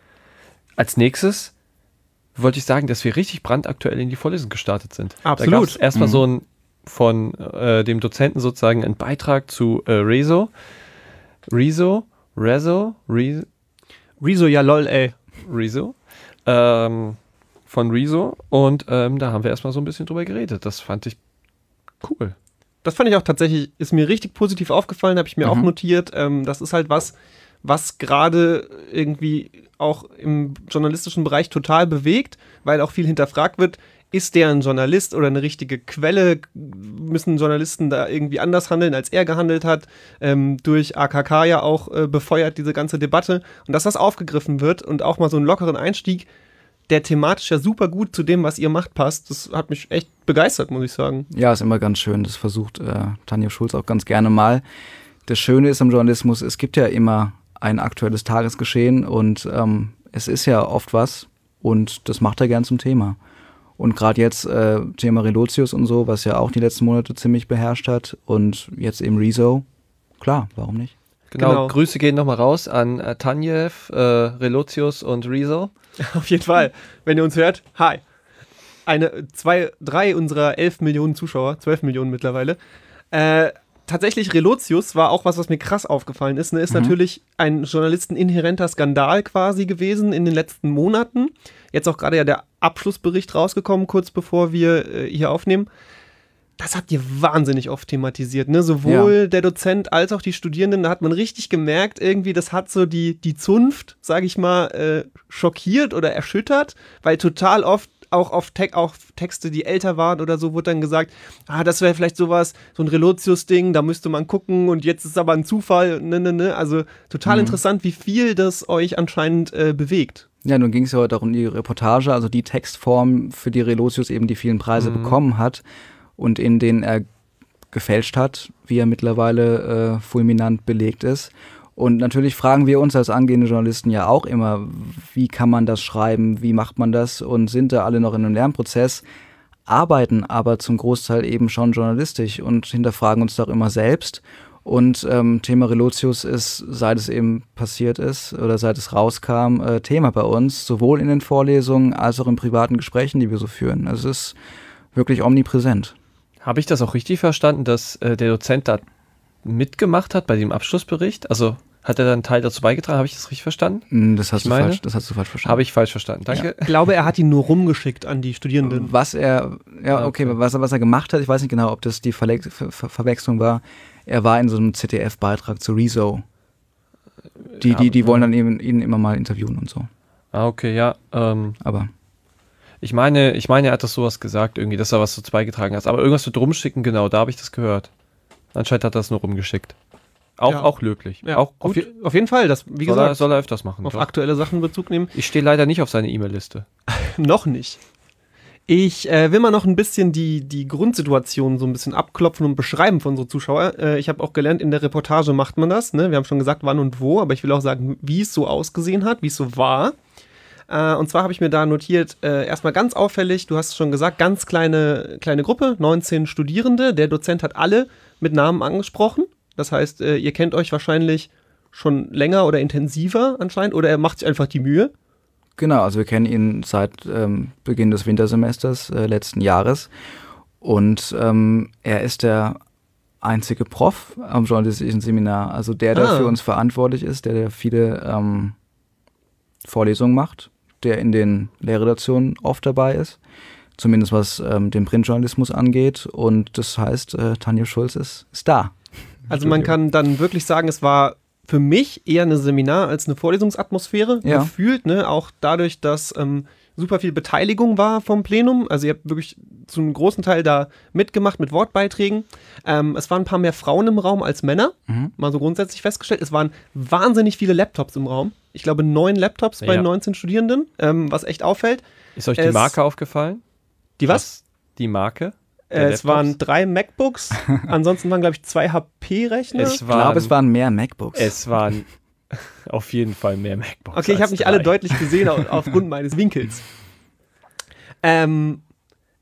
als nächstes wollte ich sagen, dass wir richtig brandaktuell in die Vorlesung gestartet sind. Absolut. Da gab es erstmal Mhm. so ein von äh, dem Dozenten sozusagen einen Beitrag zu äh, Rezo. Rezo? Rezo? Rezo? Rezo, ja lol, ey. Rezo? Ähm, von Rezo. Und ähm, da haben wir erstmal so ein bisschen drüber geredet. Das fand ich cool. Das fand ich auch tatsächlich, ist mir richtig positiv aufgefallen, habe ich mir Mhm. auch notiert. Ähm, das ist halt was, was gerade irgendwie auch im journalistischen Bereich total bewegt, weil auch viel hinterfragt wird. Ist der ein Journalist oder eine richtige Quelle? Müssen Journalisten da irgendwie anders handeln, als er gehandelt hat? Ähm, durch A K K ja auch äh, befeuert diese ganze Debatte. Und dass das aufgegriffen wird und auch mal so einen lockeren Einstieg, der thematisch ja super gut zu dem, was ihr macht, passt, das hat mich echt begeistert, muss ich sagen. Ja, ist immer ganz schön. Das versucht äh, Tanja Schulz auch ganz gerne mal. Das Schöne ist am Journalismus, es gibt ja immer ein aktuelles Tagesgeschehen und ähm, es ist ja oft was und das macht er gern zum Thema. Und gerade jetzt äh, Thema Relotius und so, was ja auch die letzten Monate ziemlich beherrscht hat und jetzt eben Rezo, klar, warum nicht? Genau, Genau. Grüße gehen nochmal raus an äh, Tanjev, äh, Relotius und Rezo. Auf jeden Fall, wenn ihr uns hört, hi. Eine, zwei, drei unserer elf Millionen Zuschauer, zwölf Millionen mittlerweile. Äh, tatsächlich, Relotius war auch was, was mir krass aufgefallen ist. Ne? Ist Mhm. natürlich ein journalisteninhärenter Skandal quasi gewesen in den letzten Monaten. Jetzt auch gerade ja der Abschlussbericht rausgekommen, kurz bevor wir äh, hier aufnehmen. Das habt ihr wahnsinnig oft thematisiert, ne? Sowohl Ja. der Dozent als auch die Studierenden. Da hat man richtig gemerkt, irgendwie, das hat so die, die Zunft, sage ich mal, äh, schockiert oder erschüttert, weil total oft auch auf Te- auch Texte, die älter waren oder so, wurde dann gesagt, ah, das wäre vielleicht sowas, so ein Relotius-Ding, da müsste man gucken und jetzt ist aber ein Zufall, ne, ne, ne. Also total Mhm. interessant, wie viel das euch anscheinend äh, bewegt. Ja, nun ging es ja heute auch um die Reportage, also die Textform, für die Relotius eben die vielen Preise Mhm. bekommen hat und in denen er gefälscht hat, wie er mittlerweile äh, fulminant belegt ist. Und natürlich fragen wir uns als angehende Journalisten ja auch immer, wie kann man das schreiben, wie macht man das und sind da alle noch in einem Lernprozess, arbeiten aber zum Großteil eben schon journalistisch und hinterfragen uns doch immer selbst. Und ähm, Thema Relotius ist, seit es eben passiert ist oder seit es rauskam, äh, Thema bei uns, sowohl in den Vorlesungen als auch in privaten Gesprächen, die wir so führen. Also es ist wirklich omnipräsent. Habe ich das auch richtig verstanden, dass äh, der Dozent da mitgemacht hat bei dem Abschlussbericht? Also hat er da einen Teil dazu beigetragen? Habe ich das richtig verstanden? Hm, Das hast, Ich du, meine, falsch, das hast du falsch verstanden. Habe ich falsch verstanden. Danke. Ich glaube, er hat ihn nur rumgeschickt an die Studierenden. Was er, ja, okay, Okay. Was, er, was er gemacht hat, ich weiß nicht genau, ob das die Verle Ver Ver Verwechslung war. Er war in so einem Z D F-Beitrag zu Rezo. Die, die, die wollen dann eben, ihn immer mal interviewen und so. Ah, okay, ja. Ähm, Aber ich meine, ich meine, er hat das sowas gesagt, irgendwie, dass er was dazu beigetragen hat. Aber irgendwas mit rumschicken, genau, da habe ich das gehört. Anscheinend hat er das nur rumgeschickt. Auch, Ja. auch löblich. Ja, auch auf, gut. je, auf jeden Fall, das, wie soll, er, gesagt, soll er öfters machen. auf doch. aktuelle Sachen Bezug nehmen. Ich stehe leider nicht auf seine E-Mail-Liste. Noch nicht. Ich äh, will mal noch ein bisschen die, die Grundsituation so ein bisschen abklopfen und beschreiben für unsere Zuschauer. Äh, ich habe auch gelernt, in der Reportage macht man das. Ne? Wir haben schon gesagt, wann und wo, aber ich will auch sagen, wie es so ausgesehen hat, wie es so war. Äh, und zwar habe ich mir da notiert, äh, erstmal ganz auffällig, du hast es schon gesagt, ganz kleine, kleine Gruppe, neunzehn Studierende. Der Dozent hat alle mit Namen angesprochen. Das heißt, äh, ihr kennt euch wahrscheinlich schon länger oder intensiver anscheinend oder er macht sich einfach die Mühe. genau, also wir kennen ihn seit ähm, Beginn des Wintersemesters äh, letzten Jahres. Und ähm, er ist der einzige Prof am journalistischen Seminar, also der, der Ah. für uns verantwortlich ist, der, der viele ähm, Vorlesungen macht, der in den Lehrredaktionen oft dabei ist, zumindest was ähm, den Printjournalismus angeht. Und das heißt, äh, Tanja Schulz ist, ist da. Also man kann dann wirklich sagen, es war für mich eher eine Seminar als eine Vorlesungsatmosphäre Ja. gefühlt, ne? Auch dadurch, dass ähm, super viel Beteiligung war vom Plenum. Also ihr habt wirklich zu einem großen Teil da mitgemacht mit Wortbeiträgen. Ähm, es waren ein paar mehr Frauen im Raum als Männer, Mhm. mal so grundsätzlich festgestellt. Es waren wahnsinnig viele Laptops im Raum. Ich glaube neun Laptops bei Ja. neunzehn Studierenden, ähm, was echt auffällt. Ist euch die Es- Marke aufgefallen? Die was? Die Marke? der Äh, es Laptops? waren drei MacBooks, ansonsten waren glaube ich zwei H P-Rechner. Es Ich glaube, es waren mehr MacBooks. Es waren auf jeden Fall mehr MacBooks. Okay, ich als habe nicht drei. alle deutlich gesehen au- aufgrund meines Winkels. Ähm,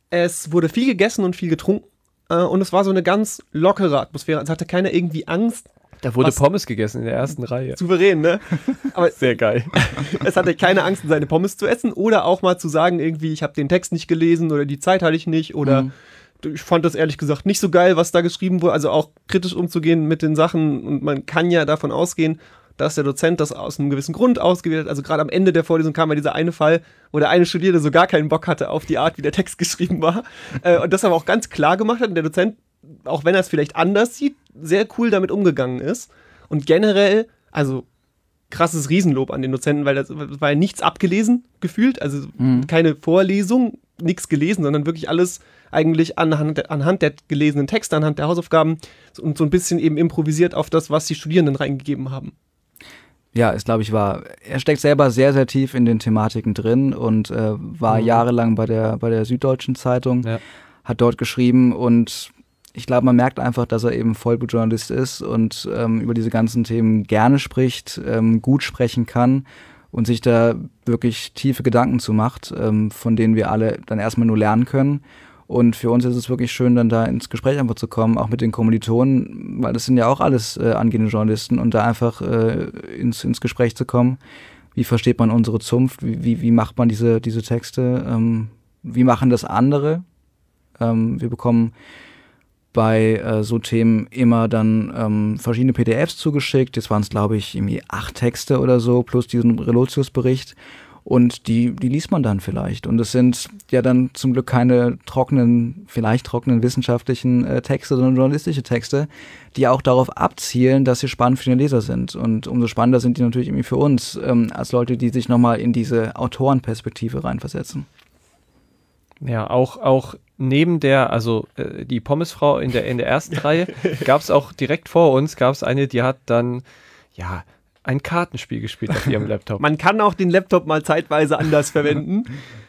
Es wurde viel gegessen und viel getrunken. Äh, und es war so eine ganz lockere Atmosphäre. Es hatte keiner irgendwie Angst. Da wurde Was? Pommes gegessen in der ersten Reihe. Souverän, ne? Aber Sehr geil. es hatte keine Angst, seine Pommes zu essen oder auch mal zu sagen, irgendwie, ich habe den Text nicht gelesen oder die Zeit hatte ich nicht oder Mhm. ich fand das ehrlich gesagt nicht so geil, was da geschrieben wurde. Also auch kritisch umzugehen mit den Sachen. Und man kann ja davon ausgehen, dass der Dozent das aus einem gewissen Grund ausgewählt hat. Also gerade am Ende der Vorlesung kam ja dieser eine Fall, wo der eine Studierende so gar keinen Bock hatte auf die Art, wie der Text geschrieben war. Äh, und das aber auch ganz klar gemacht hat. Und der Dozent, auch wenn er es vielleicht anders sieht, sehr cool damit umgegangen ist. Und generell, also krasses Riesenlob an den Dozenten, weil das war ja nichts abgelesen gefühlt. Also Mhm. keine Vorlesung, nichts gelesen, sondern wirklich alles eigentlich anhand der, anhand der gelesenen Texte, anhand der Hausaufgaben und so ein bisschen eben improvisiert auf das, was die Studierenden reingegeben haben. Ja, es glaube ich war, er steckt selber sehr, sehr tief in den Thematiken drin und äh, war Mhm. jahrelang bei der, bei der Süddeutschen Zeitung, Ja. hat dort geschrieben und ich glaube, man merkt einfach, dass er eben Vollblutjournalist ist und ähm, über diese ganzen Themen gerne spricht, ähm, gut sprechen kann und sich da wirklich tiefe Gedanken zu macht, ähm, von denen wir alle dann erstmal nur lernen können. Und für uns ist es wirklich schön, dann da ins Gespräch einfach zu kommen, auch mit den Kommilitonen, weil das sind ja auch alles äh, angehende Journalisten und da einfach äh, ins, ins Gespräch zu kommen. Wie versteht man unsere Zunft? Wie, wie, wie macht man diese, diese Texte? Ähm, wie machen das andere? Ähm, wir bekommen bei äh, so Themen immer dann ähm, verschiedene P D Fs zugeschickt. Jetzt waren es, glaube ich, irgendwie acht Texte oder so, plus diesen Relotius-Bericht. Und die, die liest man dann vielleicht. Und es sind ja dann zum Glück keine trockenen, vielleicht trockenen wissenschaftlichen äh, Texte, sondern journalistische Texte, die auch darauf abzielen, dass sie spannend für den Leser sind. Und umso spannender sind die natürlich irgendwie für uns, ähm, als Leute, die sich nochmal in diese Autorenperspektive reinversetzen. Ja, auch, auch neben der, also äh, die Pommesfrau in der, in der ersten Reihe, gab es auch direkt vor uns, gab es eine, die hat dann, ja, ein Kartenspiel gespielt auf ihrem Laptop. Man kann auch den Laptop mal zeitweise anders verwenden.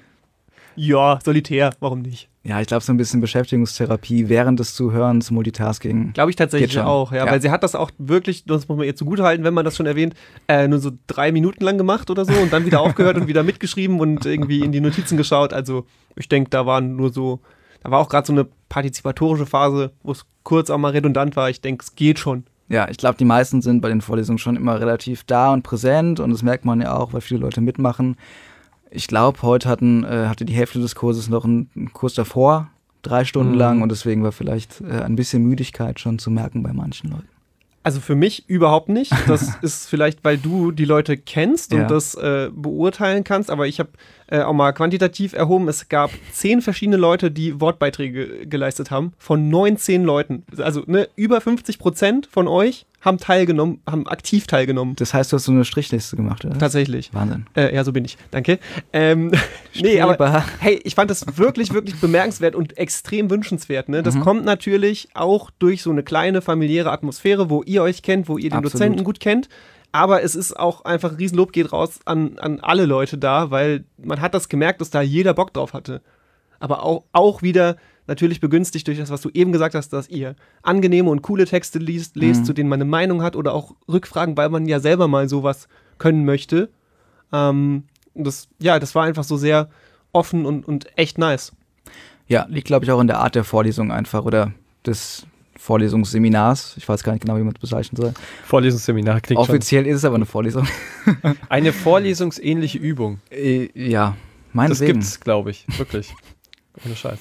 Ja, solitär, warum nicht? Ja, ich glaube, so ein bisschen Beschäftigungstherapie während des Zuhörens, Multitasking. Glaube ich tatsächlich Geht schon. auch, ja, Ja. weil sie hat das auch wirklich, das muss man ihr zugutehalten, wenn man das schon erwähnt, äh, nur so drei Minuten lang gemacht oder so und dann wieder aufgehört und wieder mitgeschrieben und irgendwie in die Notizen geschaut. Also ich denke, da waren nur so, da war auch gerade so eine partizipatorische Phase, wo es kurz auch mal redundant war. Ich denke, es geht schon. Ja, ich glaube, die meisten sind bei den Vorlesungen schon immer relativ da und präsent und das merkt man ja auch, weil viele Leute mitmachen. Ich glaube, heute hatten, äh, hatte die Hälfte des Kurses noch einen, einen Kurs davor, drei Stunden Mhm. lang und deswegen war vielleicht äh, ein bisschen Müdigkeit schon zu merken bei manchen Leuten. Also für mich überhaupt nicht. Das ist vielleicht, weil du die Leute kennst und Ja. das äh, beurteilen kannst. Aber ich habe äh, auch mal quantitativ erhoben, es gab zehn verschiedene Leute, die Wortbeiträge geleistet haben, von neunzehn Leuten. Also ne, über fünfzig Prozent von euch haben teilgenommen, haben aktiv teilgenommen. Das heißt, du hast so eine Strichliste gemacht, oder? Tatsächlich. Wahnsinn. Äh, ja, so bin ich. Danke. Ähm, nee, aber Streber. hey, ich fand das wirklich, wirklich bemerkenswert und extrem wünschenswert. Ne? Das Mhm. kommt natürlich auch durch so eine kleine familiäre Atmosphäre, wo ihr euch kennt, wo ihr den Absolut. Dozenten gut kennt. Aber es ist auch einfach, ein Riesenlob geht raus an, an alle Leute da, weil man hat das gemerkt, dass da jeder Bock drauf hatte. Aber auch, auch wieder natürlich begünstigt durch das, was du eben gesagt hast, dass ihr angenehme und coole Texte liest, lest, Mhm. zu denen man eine Meinung hat oder auch Rückfragen, weil man ja selber mal sowas können möchte. Ähm, das, ja, das war einfach so sehr offen und, und echt nice. Ja, liegt, glaube ich, auch in der Art der Vorlesung einfach oder des Vorlesungsseminars. Ich weiß gar nicht genau, wie man es bezeichnen soll. Vorlesungsseminar klingt Offiziell ist es aber eine Vorlesung. schon. Eine vorlesungsähnliche Übung. Äh, ja, Das meinetwegen. gibt's, glaube ich. Wirklich. Ohne Scheiß.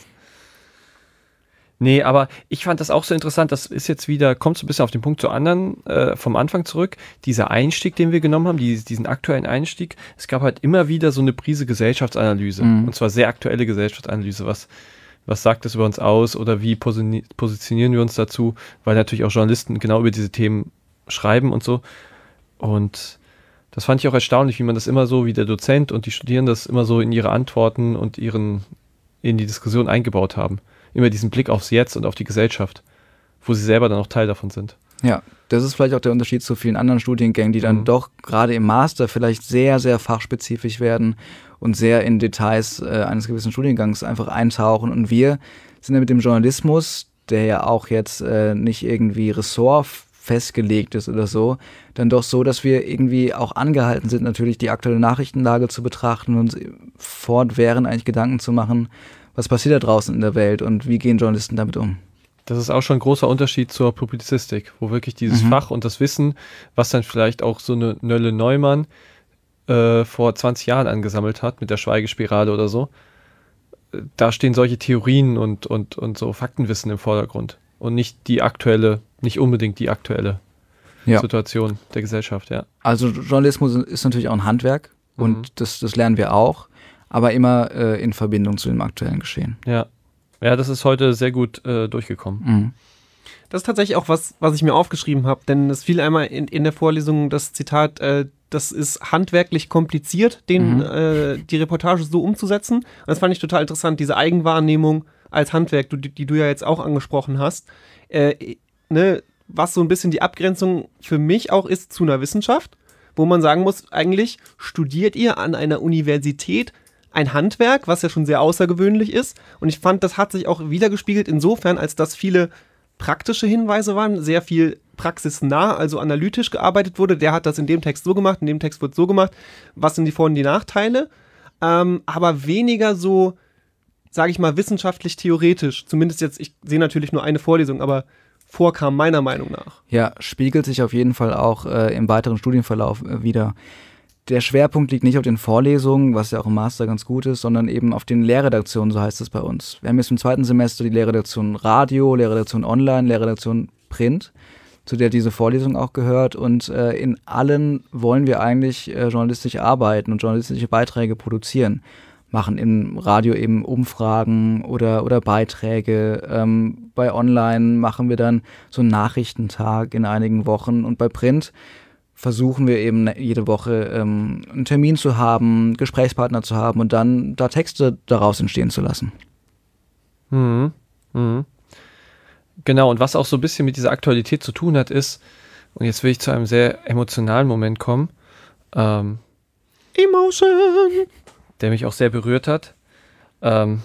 Nee, aber ich fand das auch so interessant, das ist jetzt wieder, kommt so ein bisschen auf den Punkt zu anderen, äh, vom Anfang zurück, dieser Einstieg, den wir genommen haben, die, diesen aktuellen Einstieg, es gab halt immer wieder so eine Prise Gesellschaftsanalyse, Mhm. und zwar sehr aktuelle Gesellschaftsanalyse, was, was sagt das über uns aus oder wie posi- positionieren wir uns dazu, weil natürlich auch Journalisten genau über diese Themen schreiben und so, und das fand ich auch erstaunlich, wie man das immer so, wie der Dozent und die Studierenden das immer so in ihre Antworten und ihren, in die Diskussion eingebaut haben. Immer diesen Blick aufs Jetzt und auf die Gesellschaft, wo sie selber dann auch Teil davon sind. Ja, das ist vielleicht auch der Unterschied zu vielen anderen Studiengängen, die dann Mhm. doch gerade im Master vielleicht sehr, sehr fachspezifisch werden und sehr in Details äh, eines gewissen Studiengangs einfach eintauchen. Und wir sind ja mit dem Journalismus, der ja auch jetzt äh, nicht irgendwie Ressort festgelegt ist oder so, dann doch so, dass wir irgendwie auch angehalten sind, natürlich die aktuelle Nachrichtenlage zu betrachten und fortwährend eigentlich Gedanken zu machen, was passiert da draußen in der Welt und wie gehen Journalisten damit um. Das ist auch schon ein großer Unterschied zur Publizistik, wo wirklich dieses Mhm. Fach und das Wissen, was dann vielleicht auch so eine Nölle Neumann äh, vor zwanzig Jahren angesammelt hat, mit der Schweigespirale oder so, äh, da stehen solche Theorien und, und, und so Faktenwissen im Vordergrund und nicht die aktuelle, nicht unbedingt die aktuelle Ja. Situation der Gesellschaft, ja. Also Journalismus ist natürlich auch ein Handwerk und Mhm. das, das lernen wir auch, aber immer äh, in Verbindung zu dem aktuellen Geschehen. Ja, ja, das ist heute sehr gut äh, durchgekommen. Mhm. Das ist tatsächlich auch was, was ich mir aufgeschrieben habe, denn es fiel einmal in, in der Vorlesung das Zitat, äh, das ist handwerklich kompliziert, den, Mhm. äh, die Reportage so umzusetzen. Und das fand ich total interessant, diese Eigenwahrnehmung als Handwerk, du, die, die du ja jetzt auch angesprochen hast, äh, ne, was so ein bisschen die Abgrenzung für mich auch ist zu einer Wissenschaft, wo man sagen muss, eigentlich studiert ihr an einer Universität ein Handwerk, was ja schon sehr außergewöhnlich ist. Und ich fand, das hat sich auch wiedergespiegelt insofern, als dass viele praktische Hinweise waren, sehr viel praxisnah, also analytisch gearbeitet wurde. Der hat das in dem Text so gemacht, in dem Text wird so gemacht. Was sind die Vor- und die Nachteile? Ähm, aber weniger so, sage ich mal, wissenschaftlich-theoretisch. Zumindest jetzt, ich sehe natürlich nur eine Vorlesung, aber vorkam meiner Meinung nach. Ja, spiegelt sich auf jeden Fall auch äh, im weiteren Studienverlauf äh, wieder. Der Schwerpunkt liegt nicht auf den Vorlesungen, was ja auch im Master ganz gut ist, sondern eben auf den Lehrredaktionen, so heißt es bei uns. Wir haben jetzt im zweiten Semester die Lehrredaktion Radio, Lehrredaktion Online, Lehrredaktion Print, zu der diese Vorlesung auch gehört. Und äh, in allen wollen wir eigentlich äh, journalistisch arbeiten und journalistische Beiträge produzieren. Machen im Radio eben Umfragen oder, oder Beiträge. Ähm, bei Online machen wir dann so einen Nachrichtentag in einigen Wochen. Und bei Print versuchen wir eben jede Woche ähm, einen Termin zu haben, Gesprächspartner zu haben und dann da Texte daraus entstehen zu lassen. Mhm. Mhm. Genau, und was auch so ein bisschen mit dieser Aktualität zu tun hat, ist, und jetzt will ich zu einem sehr emotionalen Moment kommen, ähm, Emotion! der mich auch sehr berührt hat. Ähm,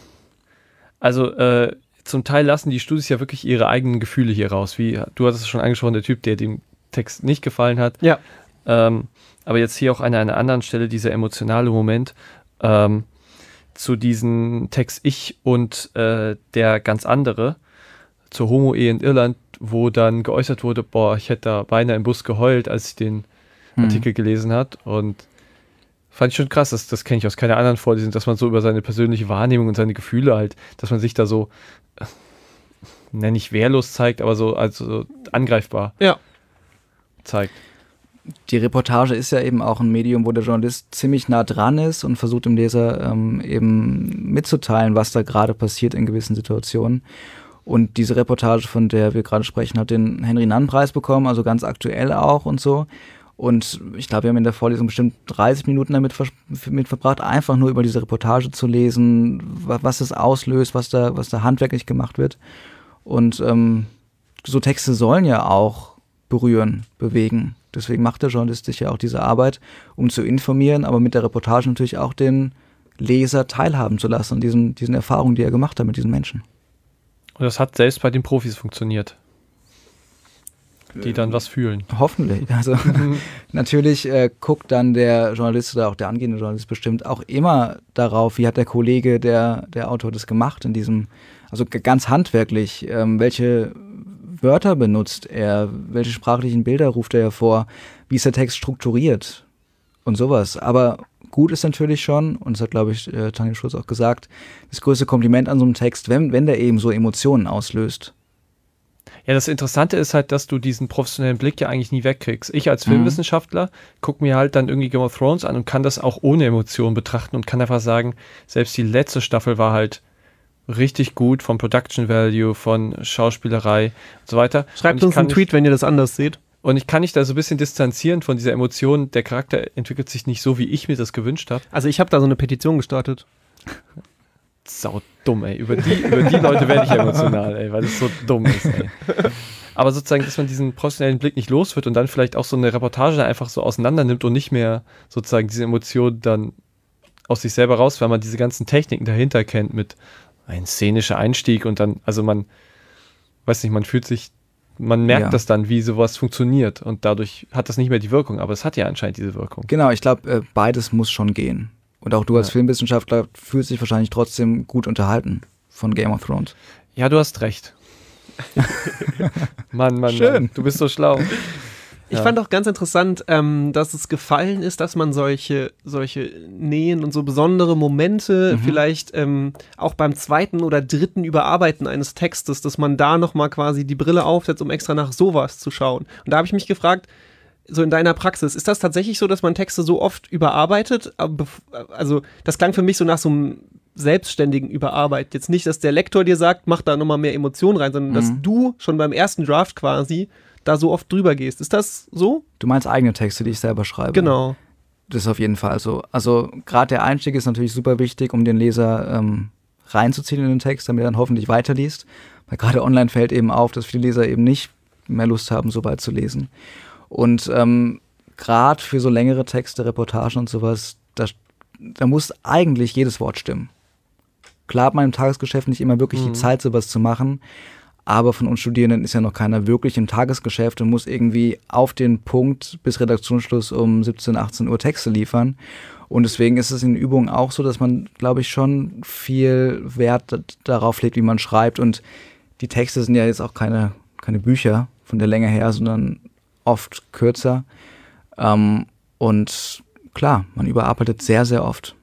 also äh, zum Teil lassen die Studis ja wirklich ihre eigenen Gefühle hier raus. Wie du hattest es schon angesprochen, der Typ, der dem Text nicht gefallen hat. Ja. Ähm, aber jetzt hier auch an einer anderen Stelle dieser emotionale Moment ähm, zu diesem Text Ich und äh, der ganz andere zur Homo-Ehe in Irland, wo dann geäußert wurde, boah, ich hätte da beinahe im Bus geheult, als ich den Hm. Artikel gelesen hat und fand ich schon krass, das, das kenne ich aus keiner anderen Vorlesung, dass man so über seine persönliche Wahrnehmung und seine Gefühle halt, dass man sich da so, äh, nenne ich wehrlos zeigt, aber so also so angreifbar Ja. zeigt. Die Reportage ist ja eben auch ein Medium, wo der Journalist ziemlich nah dran ist und versucht dem Leser ähm, eben mitzuteilen, was da gerade passiert in gewissen Situationen. Und diese Reportage, von der wir gerade sprechen, hat den Henry-Nann-Preis bekommen, also ganz aktuell auch und so. Und ich glaube, wir haben in der Vorlesung bestimmt dreißig Minuten damit ver- mit verbracht, einfach nur über diese Reportage zu lesen, wa- was es auslöst, was da, was da handwerklich gemacht wird. Und ähm, so Texte sollen ja auch berühren, bewegen. Deswegen macht der Journalist sicher auch diese Arbeit, um zu informieren, aber mit der Reportage natürlich auch den Leser teilhaben zu lassen und diesen, diesen Erfahrungen, die er gemacht hat mit diesen Menschen. Und das hat selbst bei den Profis funktioniert. Die dann was fühlen. Hoffentlich. Also natürlich äh, guckt dann der Journalist oder auch der angehende Journalist bestimmt auch immer darauf, wie hat der Kollege, der, der Autor das gemacht in diesem, also g- ganz handwerklich, ähm, welche Wörter benutzt er, welche sprachlichen Bilder ruft er hervor, wie ist der Text strukturiert und sowas. Aber gut ist natürlich schon, und das hat, glaube ich, äh, Tanja Schulz auch gesagt, das größte Kompliment an so einem Text, wenn, wenn der eben so Emotionen auslöst. Ja, das Interessante ist halt, dass du diesen professionellen Blick ja eigentlich nie wegkriegst. Ich als Mhm. Filmwissenschaftler gucke mir halt dann irgendwie Game of Thrones an und kann das auch ohne Emotionen betrachten und kann einfach sagen, selbst die letzte Staffel war halt richtig gut vom Production Value, von Schauspielerei und so weiter. Schreibt Und ich uns kann einen nicht- Tweet, wenn ihr das anders seht. Und ich kann mich da so ein bisschen distanzieren von dieser Emotion. Der Charakter entwickelt sich nicht so, wie ich mir das gewünscht habe. Also ich habe da so eine Petition gestartet. Sau dumm, ey. Über die, über die Leute werde ich emotional, ey, weil das so dumm ist, ey. Aber sozusagen, dass man diesen professionellen Blick nicht los wird und dann vielleicht auch so eine Reportage einfach so auseinander nimmt und nicht mehr sozusagen diese Emotionen dann aus sich selber raus, weil man diese ganzen Techniken dahinter kennt mit ein szenischer Einstieg und dann, also man, weiß nicht, man fühlt sich, man merkt Ja. das dann, wie sowas funktioniert und dadurch hat das nicht mehr die Wirkung, aber es hat ja anscheinend diese Wirkung. Genau, ich glaube, äh, beides muss schon gehen. Und auch du als Ja. Filmwissenschaftler fühlst dich wahrscheinlich trotzdem gut unterhalten von Game of Thrones. Ja, du hast recht. Mann, Mann, Schön. Mann, du bist so schlau. Ich Ja. fand auch ganz interessant, ähm, dass es gefallen ist, dass man solche, solche Nähen und so besondere Momente Mhm. vielleicht ähm, auch beim zweiten oder dritten Überarbeiten eines Textes, dass man da nochmal quasi die Brille aufsetzt, um extra nach sowas zu schauen. Und da habe ich mich gefragt, so in deiner Praxis, ist das tatsächlich so, dass man Texte so oft überarbeitet? Aber bef- Also das klang für mich so nach so einem selbstständigen Überarbeiten. Jetzt nicht, dass der Lektor dir sagt, mach da nochmal mehr Emotionen rein, sondern dass Mhm. du schon beim ersten Draft quasi da so oft drüber gehst. Ist das so? Du meinst eigene Texte, die ich selber schreibe? Genau. Das ist auf jeden Fall so. Also gerade der Einstieg ist natürlich super wichtig, um den Leser ähm, reinzuziehen in den Text, damit er dann hoffentlich weiterliest. Weil gerade online fällt eben auf, dass viele Leser eben nicht mehr Lust haben, so weit zu lesen. Und ähm, gerade für so längere Texte, Reportagen und sowas, da, da muss eigentlich jedes Wort stimmen. Klar hat man im Tagesgeschäft nicht immer wirklich Mhm. die Zeit, sowas zu machen, aber von uns Studierenden ist ja noch keiner wirklich im Tagesgeschäft und muss irgendwie auf den Punkt bis Redaktionsschluss um siebzehn, achtzehn Uhr Texte liefern. Und deswegen ist es in Übungen auch so, dass man, glaube ich, schon viel Wert d- darauf legt, wie man schreibt. Und die Texte sind ja jetzt auch keine, keine Bücher von der Länge her, sondern oft kürzer. Ähm, und klar, man überarbeitet sehr, sehr oft.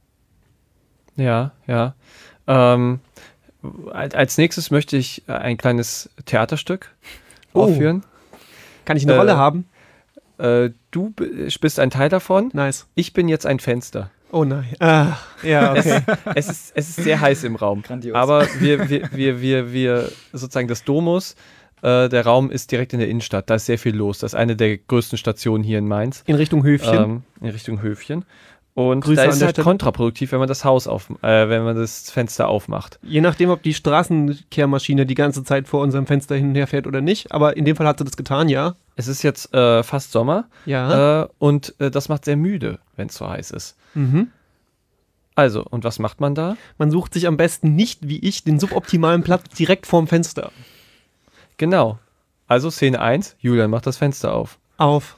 Ja, ja. Ähm, als als nächstes möchte ich äh, ein kleines Theaterstück Oh. aufführen. Kann ich eine Äh, Rolle haben? Äh, du b- bist ein Teil davon. Nice. Ich bin jetzt ein Fenster. Oh nein. Ah, ja, okay. Es ist, es ist sehr heiß im Raum. Grandios. Aber wir, wir, wir, wir, wir, sozusagen das Domus, äh, der Raum ist direkt in der Innenstadt. Da ist sehr viel los. Das ist eine der größten Stationen hier in Mainz. In Richtung Höfchen. Ähm, in Richtung Höfchen. Und Grüße da an ist es der halt Stelle. kontraproduktiv, wenn man das Haus auf, äh, wenn man das Fenster aufmacht. Je nachdem, ob die Straßenkehrmaschine die ganze Zeit vor unserem Fenster hin und her fährt oder nicht. Aber in dem Fall hat sie das getan, ja. Es ist jetzt äh, fast Sommer Ja. äh, und äh, das macht sehr müde, wenn es so heiß ist. Mhm. Also, und was macht man da? Man sucht sich am besten nicht, wie ich, den suboptimalen Platz direkt vorm Fenster. Genau. Also Szene eins, Julian macht das Fenster auf. Auf.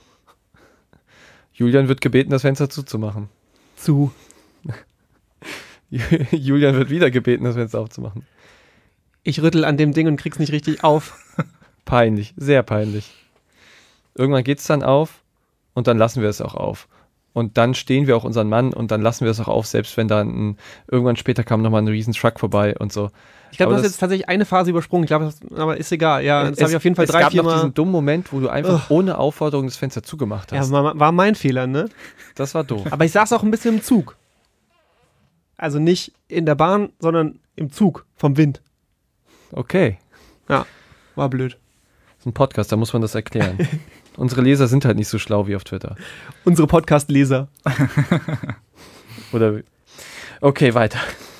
Julian wird gebeten, das Fenster zuzumachen. Zu. Julian wird wieder gebeten, das Fenster aufzumachen. Ich rüttel an dem Ding und krieg's nicht richtig auf. Peinlich, sehr peinlich. Irgendwann geht es dann auf und dann lassen wir es auch auf. Und dann stehen wir auch unseren Mann und dann lassen wir es auch auf, selbst wenn dann ein, irgendwann später kam nochmal ein riesen Truck vorbei und so. Ich glaube, Aber du hast das- jetzt tatsächlich eine Phase übersprungen. Ich glaube, das- aber ist egal. Ja, das habe ich auf jeden Fall es drei, gab vier noch Mal. diesen dummen Moment, wo du einfach ohne Aufforderung das Fenster zugemacht Ja, hast. war, war mein Fehler, ne? Das war doof. Aber ich saß auch ein bisschen im Zug. Also nicht in der Bahn, sondern im Zug vom Wind. Okay. War blöd. Das ist ein Podcast, da muss man das erklären. Unsere Leser sind halt nicht so schlau wie auf Twitter. Unsere Podcast-Leser. Oder wie? Okay, weiter.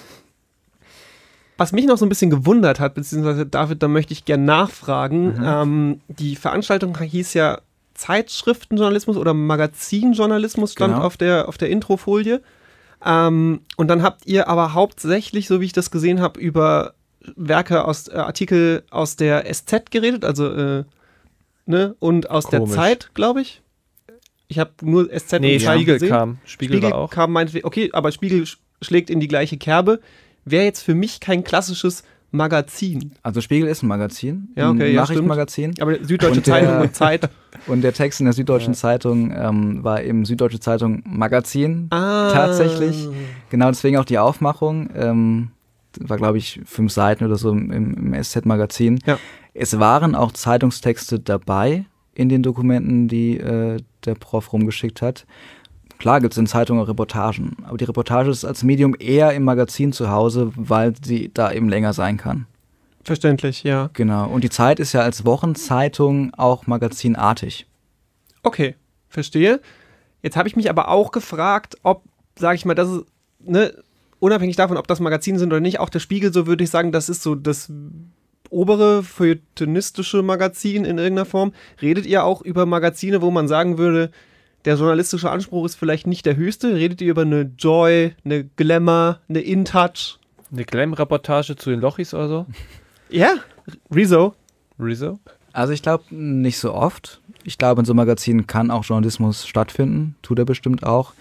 Was mich noch so ein bisschen gewundert hat, beziehungsweise David, da möchte ich gerne nachfragen. Ähm, die Veranstaltung hieß ja Zeitschriftenjournalismus oder Magazinjournalismus, stand Genau. auf der, auf der Introfolie. Ähm, und dann habt ihr aber hauptsächlich, so wie ich das gesehen habe, über Werke aus, äh, Artikel aus der S Z geredet, also äh, ne, und aus Komisch. der Zeit, glaube ich. Ich habe nur S Z Nee, und Zeit Spiegel gesehen. kam. Spiegel, Spiegel war auch. kam meinetwegen, okay, aber Spiegel sch- schlägt in die gleiche Kerbe. Wäre jetzt für mich kein klassisches Magazin. Also Spiegel ist ein Magazin, Ja, okay, ein ja, Nachrichtenmagazin. Aber Süddeutsche Und der- Zeitung und Zeit. Und der Text in der Süddeutschen Zeitung ähm, war eben Süddeutsche Zeitung Magazin. Ah. Tatsächlich. Genau deswegen auch die Aufmachung. Ähm, war, glaube ich, fünf Seiten oder so im, im S Z-Magazin. Ja. Es waren auch Zeitungstexte dabei in den Dokumenten, die äh, der Prof rumgeschickt hat. Klar gibt es in Zeitungen auch Reportagen, aber die Reportage ist als Medium eher im Magazin zu Hause, weil sie da eben länger sein kann. Verständlich, ja. Genau. Und die Zeit ist ja als Wochenzeitung auch magazinartig. Okay, verstehe. Jetzt habe ich mich aber auch gefragt, ob, sage ich mal, das ist, ne, unabhängig davon, ob das Magazine sind oder nicht, auch der Spiegel, so würde ich sagen, das ist so das obere feuilletonistische Magazin in irgendeiner Form. Redet ihr auch über Magazine, wo man sagen würde, der journalistische Anspruch ist vielleicht nicht der höchste? Redet ihr über eine Joy, eine Glamour, eine InTouch? Eine Glam-Reportage zu den Lochis oder so? Ja, Rezo. Rezo? Also ich glaube nicht so oft. Ich glaube, in so Magazinen kann auch Journalismus stattfinden, tut er bestimmt auch.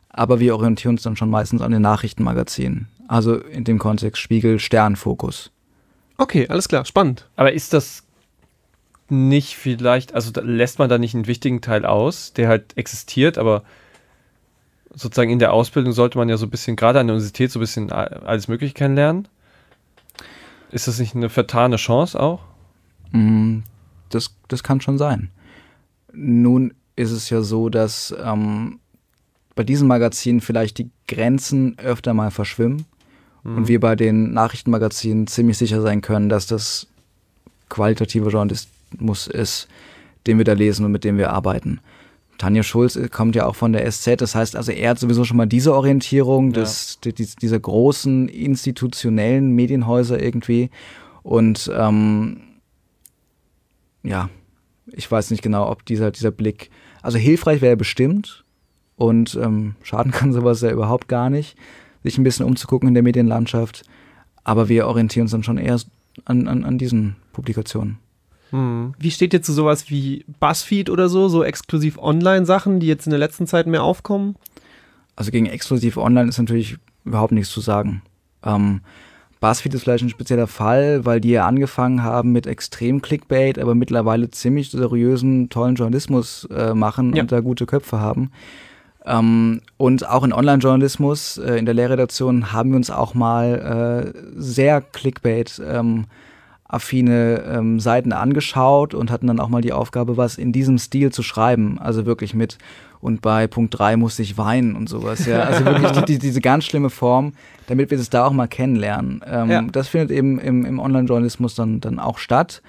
aber wir orientieren uns dann schon meistens an den Nachrichtenmagazinen. Also in dem Kontext Spiegel, Stern, Fokus. Okay, alles klar, spannend. Aber ist das nicht vielleicht, also da lässt man da nicht einen wichtigen Teil aus, der halt existiert, aber sozusagen in der Ausbildung sollte man ja so ein bisschen, gerade an der Universität, so ein bisschen alles Mögliche kennenlernen? Ist das nicht eine vertane Chance auch? Das, das kann schon sein. Nun ist es ja so, dass ähm, bei diesen Magazinen vielleicht die Grenzen öfter mal verschwimmen mhm. und wir bei den Nachrichtenmagazinen ziemlich sicher sein können, dass das qualitativer Journalismus ist, den wir da lesen und mit dem wir arbeiten. Tanja Schulz kommt ja auch von der S Z, das heißt also, er hat sowieso schon mal diese Orientierung ja. des, die, dieser großen institutionellen Medienhäuser irgendwie und ähm, ja, ich weiß nicht genau, ob dieser, dieser Blick, also hilfreich wäre er bestimmt und ähm, schaden kann sowas ja überhaupt gar nicht, sich ein bisschen umzugucken in der Medienlandschaft, aber wir orientieren uns dann schon eher an, an, an diesen Publikationen. Hm. Wie steht ihr zu sowas wie BuzzFeed oder so, so exklusiv Online-Sachen, die jetzt in der letzten Zeit mehr aufkommen? Also gegen exklusiv Online ist natürlich überhaupt nichts zu sagen. Ähm, BuzzFeed ist vielleicht ein spezieller Fall, weil die ja angefangen haben mit extrem Clickbait, aber mittlerweile ziemlich seriösen, tollen Journalismus äh, machen ja. und da gute Köpfe haben. Ähm, und auch in Online-Journalismus, äh, in der Lehrredaktion, haben wir uns auch mal äh, sehr Clickbait ähm, affine ähm, Seiten angeschaut und hatten dann auch mal die Aufgabe, was in diesem Stil zu schreiben. Also wirklich mit, und bei Punkt drei musste ich weinen und sowas. Ja. Also wirklich die, die, diese ganz schlimme Form, damit wir das da auch mal kennenlernen. Ähm, ja. Das findet eben im, im Online-Journalismus dann, dann auch statt.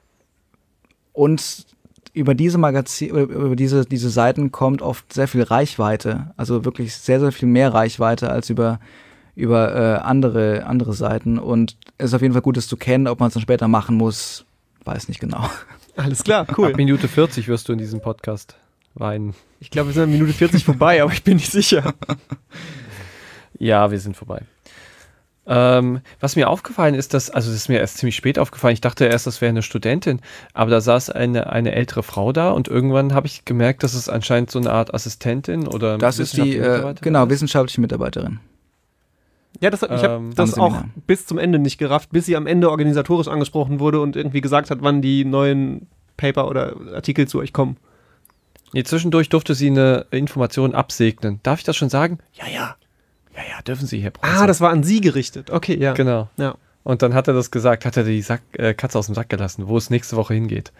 Und über diese Magazin, über diese, diese Seiten kommt oft sehr viel Reichweite. Also wirklich sehr, sehr viel mehr Reichweite als über über äh, andere, andere Seiten und es ist auf jeden Fall gut, das zu kennen, ob man es dann später machen muss, weiß nicht genau. Alles klar, cool. Ab Minute vierzig wirst du in diesem Podcast weinen. Ich glaube, wir sind an Minute vierzig vorbei, aber ich bin nicht sicher. Ja, wir sind vorbei. Ähm, was mir aufgefallen ist, dass, also das ist mir erst ziemlich spät aufgefallen, ich dachte erst, das wäre eine Studentin, aber da saß eine, eine ältere Frau da und irgendwann habe ich gemerkt, dass es anscheinend so eine Art Assistentin oder Das ist die, äh, genau, wissenschaftliche Mitarbeiterin. Ja, das, ich habe Ähm, das auch bis zum Ende nicht gerafft, bis sie am Ende organisatorisch angesprochen wurde und irgendwie gesagt hat, wann die neuen Paper oder Artikel zu euch kommen. Nee, zwischendurch durfte sie eine Information absegnen. Darf ich das schon sagen? Ja, ja. Ja, ja, dürfen Sie, Herr Professor. Ah, das war an Sie gerichtet. Okay, ja. Genau. Ja. Und dann hat er das gesagt, hat er die Sack, äh, Katze aus dem Sack gelassen, wo es nächste Woche hingeht.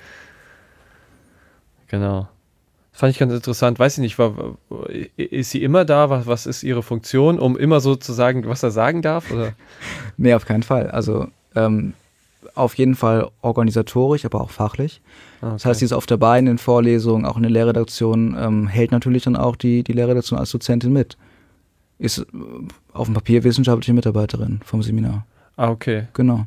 Genau. Das fand ich ganz interessant. Weiß ich nicht, war, ist sie immer da? Was, was ist ihre Funktion, um immer so zu sagen, was er sagen darf? Oder? Nee, auf keinen Fall. Also ähm, auf jeden Fall organisatorisch, aber auch fachlich. Okay. Das heißt, sie ist oft dabei in den Vorlesungen, auch in der Lehrredaktion, ähm, hält natürlich dann auch die, die Lehrredaktion als Dozentin mit. Ist äh, auf dem Papier wissenschaftliche Mitarbeiterin vom Seminar. Ah, okay. Genau.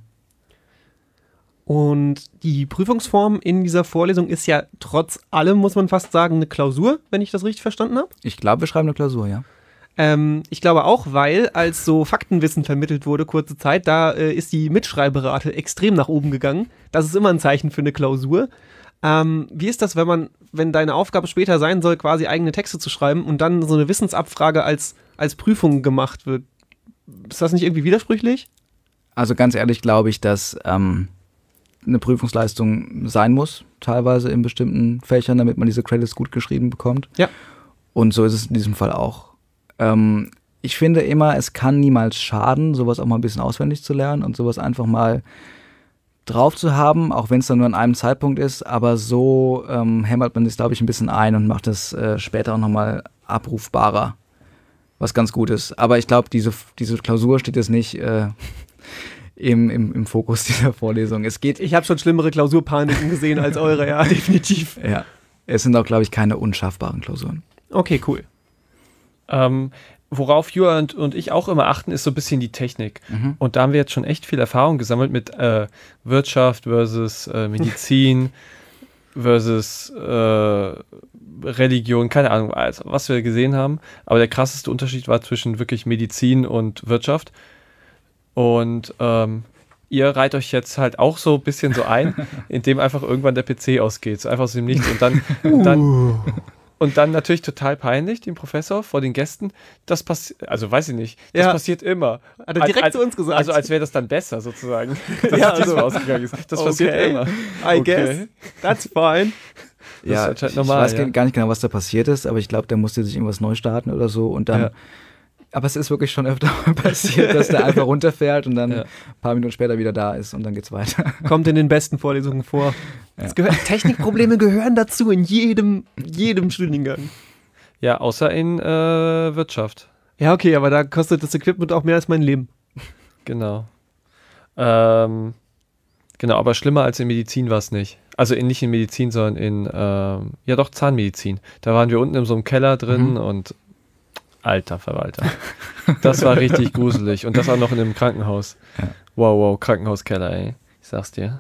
Und die Prüfungsform in dieser Vorlesung ist ja trotz allem, muss man fast sagen, eine Klausur, wenn ich das richtig verstanden habe. Ich glaube, wir schreiben eine Klausur, ja. Ähm, ich glaube auch, weil als so Faktenwissen vermittelt wurde, kurze Zeit, da äh, ist die Mitschreiberate extrem nach oben gegangen. Das ist immer ein Zeichen für eine Klausur. Ähm, wie ist das, wenn man, wenn deine Aufgabe später sein soll, quasi eigene Texte zu schreiben und dann so eine Wissensabfrage als, als Prüfung gemacht wird? Ist das nicht irgendwie widersprüchlich? Also ganz ehrlich glaube ich, dass ähm, eine Prüfungsleistung sein muss, teilweise in bestimmten Fächern, damit man diese Credits gut geschrieben bekommt. Ja. Und so ist es in diesem Fall auch. Ähm, ich finde immer, es kann niemals schaden, sowas auch mal ein bisschen auswendig zu lernen und sowas einfach mal drauf zu haben, auch wenn es dann nur an einem Zeitpunkt ist, aber so ähm, hämmert man das, glaube ich, ein bisschen ein und macht es äh, später auch nochmal abrufbarer, was ganz gut ist. Aber ich glaube, diese, diese Klausur steht jetzt nicht äh, im, im, im Fokus dieser Vorlesung. Es geht. Ich habe schon schlimmere Klausurpaniken gesehen als eure, ja, definitiv. Ja, es sind auch, glaube ich, keine unschaffbaren Klausuren. Okay, cool. Ähm, worauf Jura und, und ich auch immer achten, ist so ein bisschen die Technik. Mhm. Und da haben wir jetzt schon echt viel Erfahrung gesammelt mit äh, Wirtschaft versus äh, Medizin versus äh, Religion, keine Ahnung, also, was wir gesehen haben. Aber der krasseste Unterschied war zwischen wirklich Medizin und Wirtschaft. Und ähm, ihr reiht euch jetzt halt auch so ein bisschen so ein, indem einfach irgendwann der P C ausgeht. So einfach so im Nichts. Und dann, uh. dann Und dann natürlich total peinlich, dem Professor vor den Gästen. Das passiert, also weiß ich nicht, das Ja. passiert immer. Hat er direkt als, zu uns gesagt. Also als wäre das dann besser sozusagen, dass Ja, es diesmal also- ausgegangen ist. Das Okay. passiert immer. I guess. That's fine. Das ja, ist anscheinend ich, normal, ich weiß ja. gar nicht genau, was da passiert ist, aber ich glaube, der musste sich irgendwas neu starten oder so und dann. Ja. Aber es ist wirklich schon öfter mal passiert, dass der einfach runterfährt und dann Ja. ein paar Minuten später wieder da ist und dann geht's weiter. Kommt in den besten Vorlesungen vor. Ja. Es gehört, Technikprobleme gehören dazu in jedem, jedem Studiengang. Ja, außer in äh, Wirtschaft. Ja, okay, aber da kostet das Equipment auch mehr als mein Leben. Genau. Ähm, genau, aber schlimmer als in Medizin war es nicht. Also in, nicht in Medizin, sondern in, ähm, ja doch, Zahnmedizin. Da waren wir unten in so einem Keller drin Mhm. und alter Verwalter. Das war richtig gruselig. Und das auch noch in einem Krankenhaus. Ja. Wow, wow, Krankenhauskeller, ey. Ich sag's dir.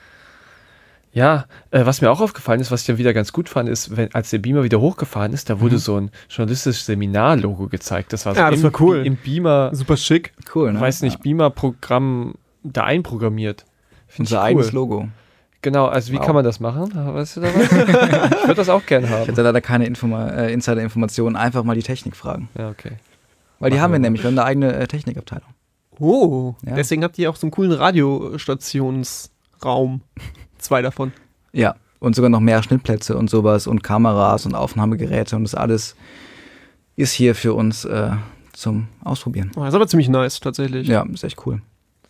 Ja, äh, was mir auch aufgefallen ist, was ich dann wieder ganz gut fand, ist, wenn, als der Beamer wieder hochgefahren ist, da wurde Mhm. so ein journalistisches Seminar-Logo gezeigt. Das war so Ja, das im, war cool. im Beamer, Super schick. Cool, ne? weiß nicht, Beamer-Programm da einprogrammiert. Find Unser ich eigenes cool. Logo. Genau, also wie Wow. kann man das machen? Weißt du da was? Ich würde das auch gerne Ich haben. hatte leider keine Informa äh, Insider-Informationen, einfach mal die Technik fragen. Ja, okay. Weil die Machen haben wir wir mal. nämlich, wir haben eine eigene äh, Technikabteilung. Oh, Ja. deswegen habt ihr auch so einen coolen Radiostationsraum. Zwei davon. Ja, und sogar noch mehr Schnittplätze und sowas und Kameras und Aufnahmegeräte und das alles ist hier für uns äh, zum Ausprobieren. Oh, das ist aber ziemlich nice, tatsächlich. Ja, ist echt cool.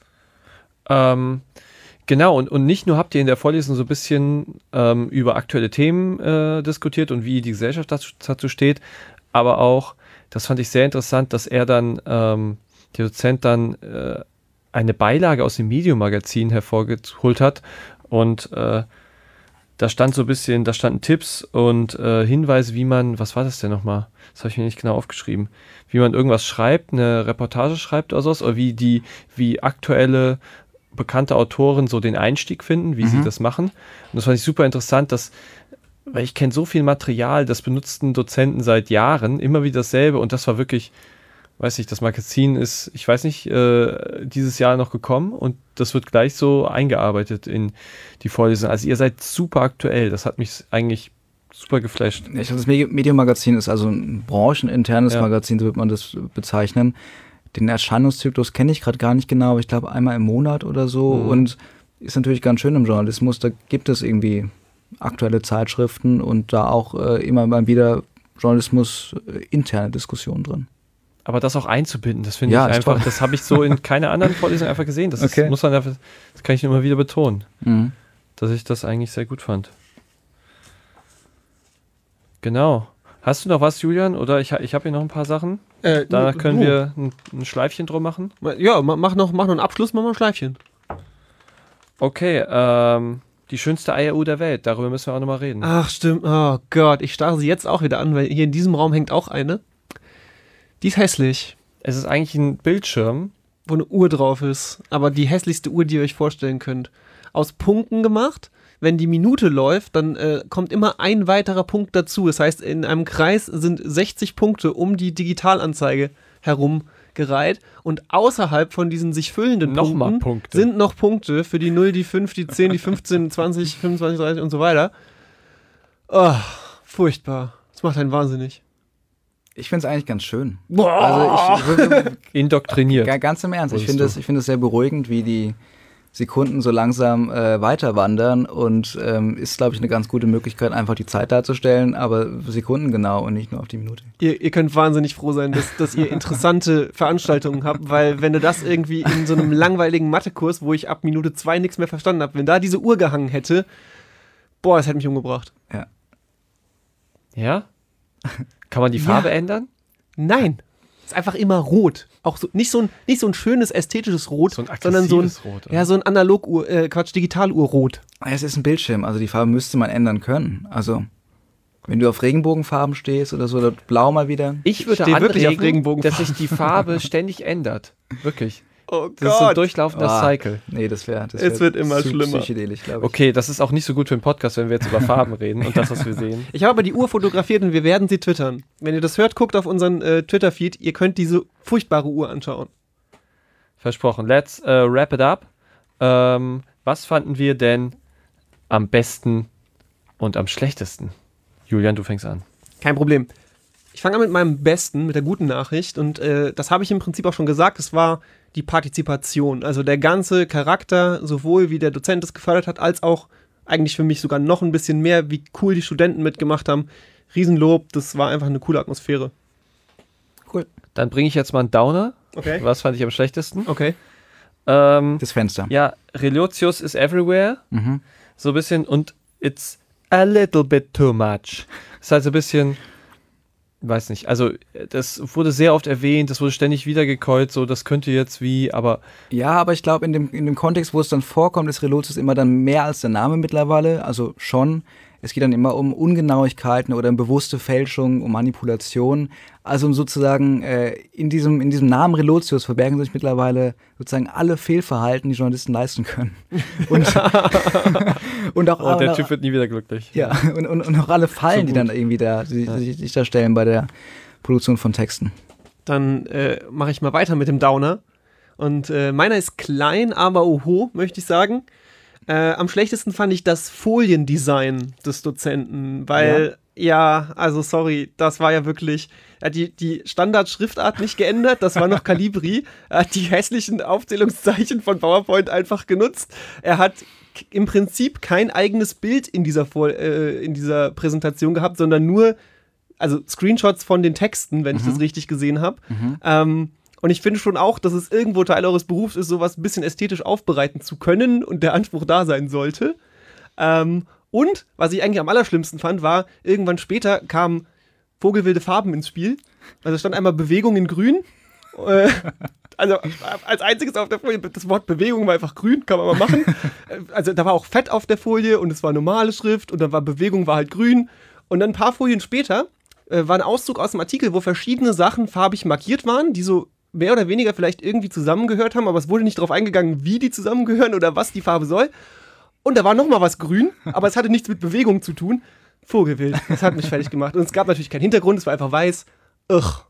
Ähm, genau, und, und nicht nur habt ihr in der Vorlesung so ein bisschen ähm, über aktuelle Themen äh, diskutiert und wie die Gesellschaft dazu, dazu steht, aber auch, das fand ich sehr interessant, dass er dann, ähm, der Dozent dann äh, eine Beilage aus dem Medium-Magazin hervorgeholt hat und äh, da stand so ein bisschen, da standen Tipps und äh, Hinweise, wie man, was war das denn nochmal? Das habe ich mir nicht genau aufgeschrieben. Wie man irgendwas schreibt, eine Reportage schreibt oder sowas, oder wie die, wie aktuelle bekannte Autoren so den Einstieg finden, wie Mhm. sie das machen. Und das fand ich super interessant, dass, weil ich kenne so viel Material, das benutzten Dozenten seit Jahren, immer wieder dasselbe und das war wirklich, weiß nicht, das Magazin ist, ich weiß nicht, äh, dieses Jahr noch gekommen und das wird gleich so eingearbeitet in die Vorlesung. Also ihr seid super aktuell, das hat mich eigentlich super geflasht. Ich glaube, das Medi- Medium-Magazin ist also ein brancheninternes Ja. Magazin, so wird man das bezeichnen. Den Erscheinungszyklus kenne ich gerade gar nicht genau, aber ich glaube einmal im Monat oder so Mhm. und ist natürlich ganz schön im Journalismus, da gibt es irgendwie aktuelle Zeitschriften und da auch äh, immer mal wieder Journalismus äh, interne Diskussionen drin. Aber das auch einzubinden, das finde Ja, ich ist einfach, toll. das habe ich so in keiner anderen Vorlesung einfach gesehen. Das, Okay. ist, muss man einfach, das kann ich immer wieder betonen, Mhm. dass ich das eigentlich sehr gut fand. Genau. Hast du noch was, Julian? Oder ich, ha- ich habe hier noch ein paar Sachen. Äh, Danach du- können du. wir ein, ein Schleifchen drum machen. Ja, ma- mach noch, mach noch einen Abschluss, mach mal ein Schleifchen. Okay, ähm, die schönste Eieruhr der Welt, darüber müssen wir auch nochmal reden. Ach, stimmt. Oh Gott, ich starre sie jetzt auch wieder an, weil hier in diesem Raum hängt auch eine. Die ist hässlich, Es ist eigentlich ein Bildschirm. wo eine Uhr drauf ist. Aber die hässlichste Uhr, die ihr euch vorstellen könnt. Aus Punkten gemacht. Wenn die Minute läuft, dann äh, kommt immer ein weiterer Punkt dazu. Das heißt, in einem Kreis sind sechzig Punkte um die Digitalanzeige herum gereiht. Und außerhalb von diesen sich füllenden Noch mal Punkten Punkte. sind noch Punkte für die null, die fünf, die zehn, die fünfzehn, zwanzig, fünfundzwanzig, dreißig und so weiter. Oh, furchtbar. Das macht einen wahnsinnig. Ich finde es eigentlich ganz schön. Boah. Also ich, Indoktriniert. Ga- ganz im Ernst, ich Wurdest finde du. es ich finde es sehr beruhigend, wie die Sekunden so langsam äh, weiter wandern und ähm, ist, glaube ich, eine ganz gute Möglichkeit, einfach die Zeit darzustellen, aber sekundengenau und nicht nur auf die Minute. Ihr, ihr könnt wahnsinnig froh sein, dass, dass ihr interessante Veranstaltungen habt, weil wenn du das irgendwie in so einem langweiligen Mathekurs, wo ich ab Minute zwei nichts mehr verstanden habe, wenn da diese Uhr gehangen hätte, boah, das hätte mich umgebracht. Ja? Kann man die Ja. Farbe ändern? Nein, ist einfach immer rot. Auch so, nicht so ein, nicht so ein schönes ästhetisches Rot, So ein sondern so ein, aggressives Rot, oder? ja, so ein Analog-Uhr, äh, Quatsch, Digitaluhr-Rot. Es ist ein Bildschirm, also die Farbe müsste man ändern können. Also, wenn du auf Regenbogenfarben stehst oder so, oder blau mal wieder. Ich würde stehe wirklich auf anregen, Regenbogenfarben. dass sich die Farbe ständig ändert. Wirklich. Oh Das ist so ein durchlaufender Ah. Cycle. Nee, das wäre. Das Es wär wird immer zu schlimmer. psychedelisch, glaube ich. Okay, das ist auch nicht so gut für einen Podcast, wenn wir jetzt über Farben reden und das, was wir sehen. Ich habe aber die Uhr fotografiert und wir werden sie twittern. Wenn ihr das hört, guckt auf unseren äh, Twitter-Feed. Ihr könnt diese furchtbare Uhr anschauen. Versprochen. Let's äh, wrap it up. Ähm, was fanden wir denn am besten und am schlechtesten? Julian, du fängst an. Kein Problem. Ich fange an mit meinem Besten, mit der guten Nachricht. Und äh, das habe ich im Prinzip auch schon gesagt. Es war die Partizipation. Also der ganze Charakter, sowohl wie der Dozent es gefördert hat, als auch eigentlich für mich sogar noch ein bisschen mehr, wie cool die Studenten mitgemacht haben. Riesenlob, das war einfach eine coole Atmosphäre. Cool. Dann bringe ich jetzt mal einen Downer. Okay. Was fand ich am schlechtesten? Okay. Ähm, Das Fenster. ja, Relotius is everywhere. Mhm. So ein bisschen und it's a little bit too much. Ist halt so ein bisschen, weiß nicht, also das wurde sehr oft erwähnt, das wurde ständig wiedergekäut, so das könnte jetzt wie, aber Ja, aber ich glaube, in dem, in dem Kontext, wo es dann vorkommt, ist Relotius immer dann mehr als der Name mittlerweile. Also schon. Es geht dann immer um Ungenauigkeiten oder um bewusste Fälschung, um Manipulation. Also um sozusagen äh, in, diesem, in diesem Namen Relotius verbergen sich mittlerweile sozusagen alle Fehlverhalten, die Journalisten leisten können. Und, und auch, oh, der auch, Typ wird nie wieder glücklich. ja, und, und, und auch alle Fallen, So die gut. dann irgendwie da, die, Ja. die sich da stellen bei der Produktion von Texten. Dann äh, mache ich mal weiter mit dem Downer. Und äh, meiner ist klein, aber oho, möchte ich sagen. Äh, am schlechtesten fand ich das Foliendesign des Dozenten, weil, ja, also sorry, das war ja wirklich, er hat die, die Standardschriftart nicht geändert, das war noch Calibri, er hat die hässlichen Aufzählungszeichen von PowerPoint einfach genutzt, er hat k- im Prinzip kein eigenes Bild in dieser, Fol äh, in dieser Präsentation gehabt, sondern nur, also Screenshots von den Texten, wenn ich das richtig gesehen habe. Ähm, Und ich finde schon auch, dass es irgendwo Teil eures Berufs ist, sowas ein bisschen ästhetisch aufbereiten zu können und der Anspruch da sein sollte. Ähm, und was ich eigentlich am allerschlimmsten fand, war, irgendwann später kamen vogelwilde Farben ins Spiel. Also stand einmal Bewegung in grün. Äh, also als einziges auf der Folie, das Wort Bewegung war einfach grün, kann man mal machen. Also da war auch Fett auf der Folie und es war normale Schrift und dann war Bewegung war halt grün. Und dann ein paar Folien später äh, war ein Auszug aus dem Artikel, wo verschiedene Sachen farbig markiert waren, die so mehr oder weniger vielleicht irgendwie zusammengehört haben, aber es wurde nicht darauf eingegangen, wie die zusammengehören oder was die Farbe soll. Und da war noch mal was grün, aber es hatte nichts mit Bewegung zu tun. Vogelwild, das hat mich fertig gemacht. Und es gab natürlich keinen Hintergrund, es war einfach weiß. Ugh.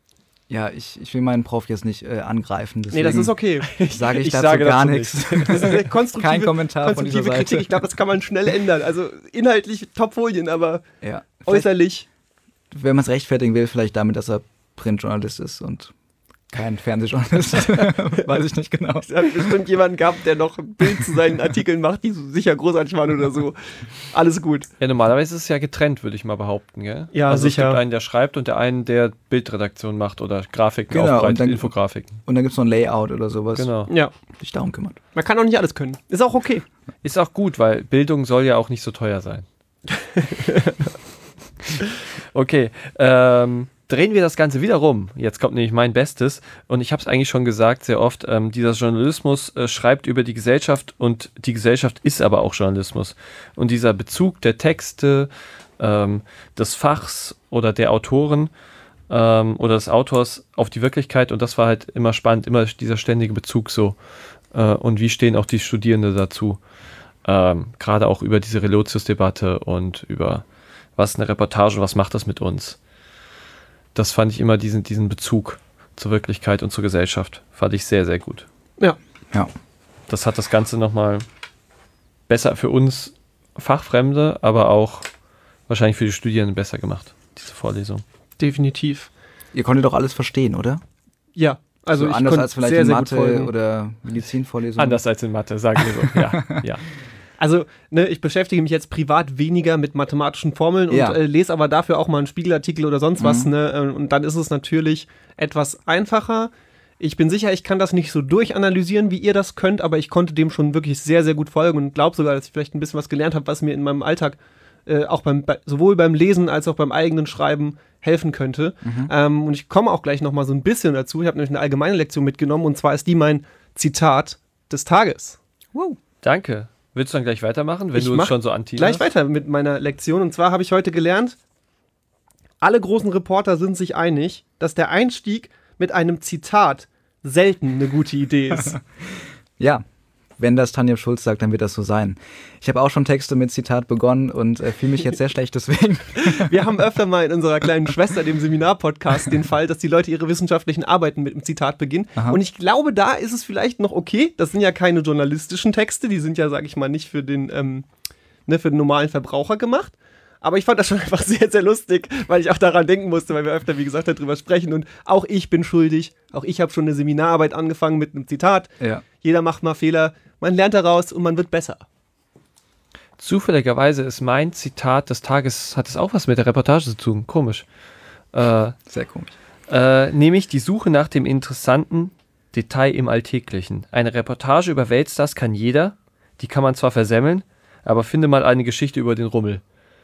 Ja, ich, ich will meinen Prof jetzt nicht äh, angreifen. Nee, das ist okay. Sage ich, Ich dazu sage gar dazu nichts. Das ist eine konstruktive, Kein Kommentar von dieser konstruktive Kritik. Seite. Ich glaube, das kann man schnell ändern. Also inhaltlich Top-Folien, aber Ja. Vielleicht, äußerlich. wenn man es rechtfertigen will, vielleicht damit, dass er Printjournalist ist und kein Fernsehjournalist. Weiß ich nicht genau. Es hat bestimmt jemanden gehabt, der noch ein Bild zu seinen Artikeln macht, die so sicher großartig waren oder so. Alles gut. Ja, normalerweise ist es ja getrennt, würde ich mal behaupten, gell? Ja, also sicher. Es gibt einen, der schreibt und der einen, der Bildredaktion macht oder Grafiken Genau, und aufbereitet, dann- Infografiken. Und dann gibt es noch ein Layout oder sowas, Genau. Ja, das sich darum kümmert. man kann auch nicht alles können. Ist auch okay. Ist auch gut, weil Bildung soll ja auch nicht so teuer sein. Okay, ähm, drehen wir das Ganze wieder rum. Jetzt kommt nämlich mein Bestes. Und ich habe es eigentlich schon gesagt, sehr oft, ähm, dieser Journalismus äh, schreibt über die Gesellschaft und die Gesellschaft ist aber auch Journalismus. Und dieser Bezug der Texte, ähm, des Fachs oder der Autoren ähm, oder des Autors auf die Wirklichkeit, und das war halt immer spannend, immer dieser ständige Bezug so. Äh, und wie stehen auch die Studierenden dazu? Ähm, gerade auch über diese Relotius-Debatte und über was ist eine Reportage, was macht das mit uns? Das fand ich immer, diesen, diesen Bezug zur Wirklichkeit und zur Gesellschaft, fand ich sehr, sehr gut. Ja. Ja. Das hat das Ganze nochmal besser für uns Fachfremde, aber auch wahrscheinlich für die Studierenden besser gemacht, diese Vorlesung. Definitiv. Ihr konntet doch alles verstehen, oder? Ja. Also so ich anders konnte als vielleicht sehr, in sehr gut Mathe folgen. oder Medizinvorlesungen. Anders als in Mathe, sagen wir so. Ja, ja. Also, ne, ich beschäftige mich jetzt privat weniger mit mathematischen Formeln und Ja. äh, lese aber dafür auch mal einen Spiegelartikel oder sonst was, Mhm. ne? äh, Und dann ist es natürlich etwas einfacher. Ich bin sicher, ich kann das nicht so durchanalysieren, wie ihr das könnt, aber ich konnte dem schon wirklich sehr, sehr gut folgen und glaube sogar, dass ich vielleicht ein bisschen was gelernt habe, was mir in meinem Alltag äh, auch beim, bei, sowohl beim Lesen als auch beim eigenen Schreiben helfen könnte. Ähm, und ich komme auch gleich noch mal so ein bisschen dazu. Ich habe nämlich eine allgemeine Lektion mitgenommen und zwar ist die mein Zitat des Tages. Danke. Willst du dann gleich weitermachen, wenn Ich du uns mach schon so anteaserst? Gleich weiter mit meiner Lektion. Und zwar habe ich heute gelernt, alle großen Reporter sind sich einig, dass der Einstieg mit einem Zitat selten eine gute Idee ist. Ja, wenn das Tanja Schulz sagt, dann wird das so sein. Ich habe auch schon Texte mit Zitat begonnen und äh, fühle mich jetzt sehr schlecht deswegen. Wir haben öfter mal in unserer kleinen Schwester, dem Seminar-Podcast, den Fall, dass die Leute ihre wissenschaftlichen Arbeiten mit einem Zitat beginnen. Aha. Und ich glaube, da ist es vielleicht noch okay. Das sind ja keine journalistischen Texte, die sind ja, sage ich mal, nicht für den, ähm, ne, für den normalen Verbraucher gemacht. Aber ich fand das schon einfach sehr, sehr lustig, weil ich auch daran denken musste, weil wir öfter, wie gesagt, darüber sprechen. Und auch ich bin schuldig. Auch ich habe schon eine Seminararbeit angefangen mit einem Zitat. Ja. Jeder macht mal Fehler. Man lernt daraus und man wird besser. Zufälligerweise ist mein Zitat des Tages, hat es auch was mit der Reportage zu tun. Komisch. Äh, Sehr komisch. äh, nämlich die Suche nach dem interessanten Detail im Alltäglichen. Eine Reportage über Weltstars kann jeder. Die kann man zwar versemmeln, aber finde mal eine Geschichte über den Rummel.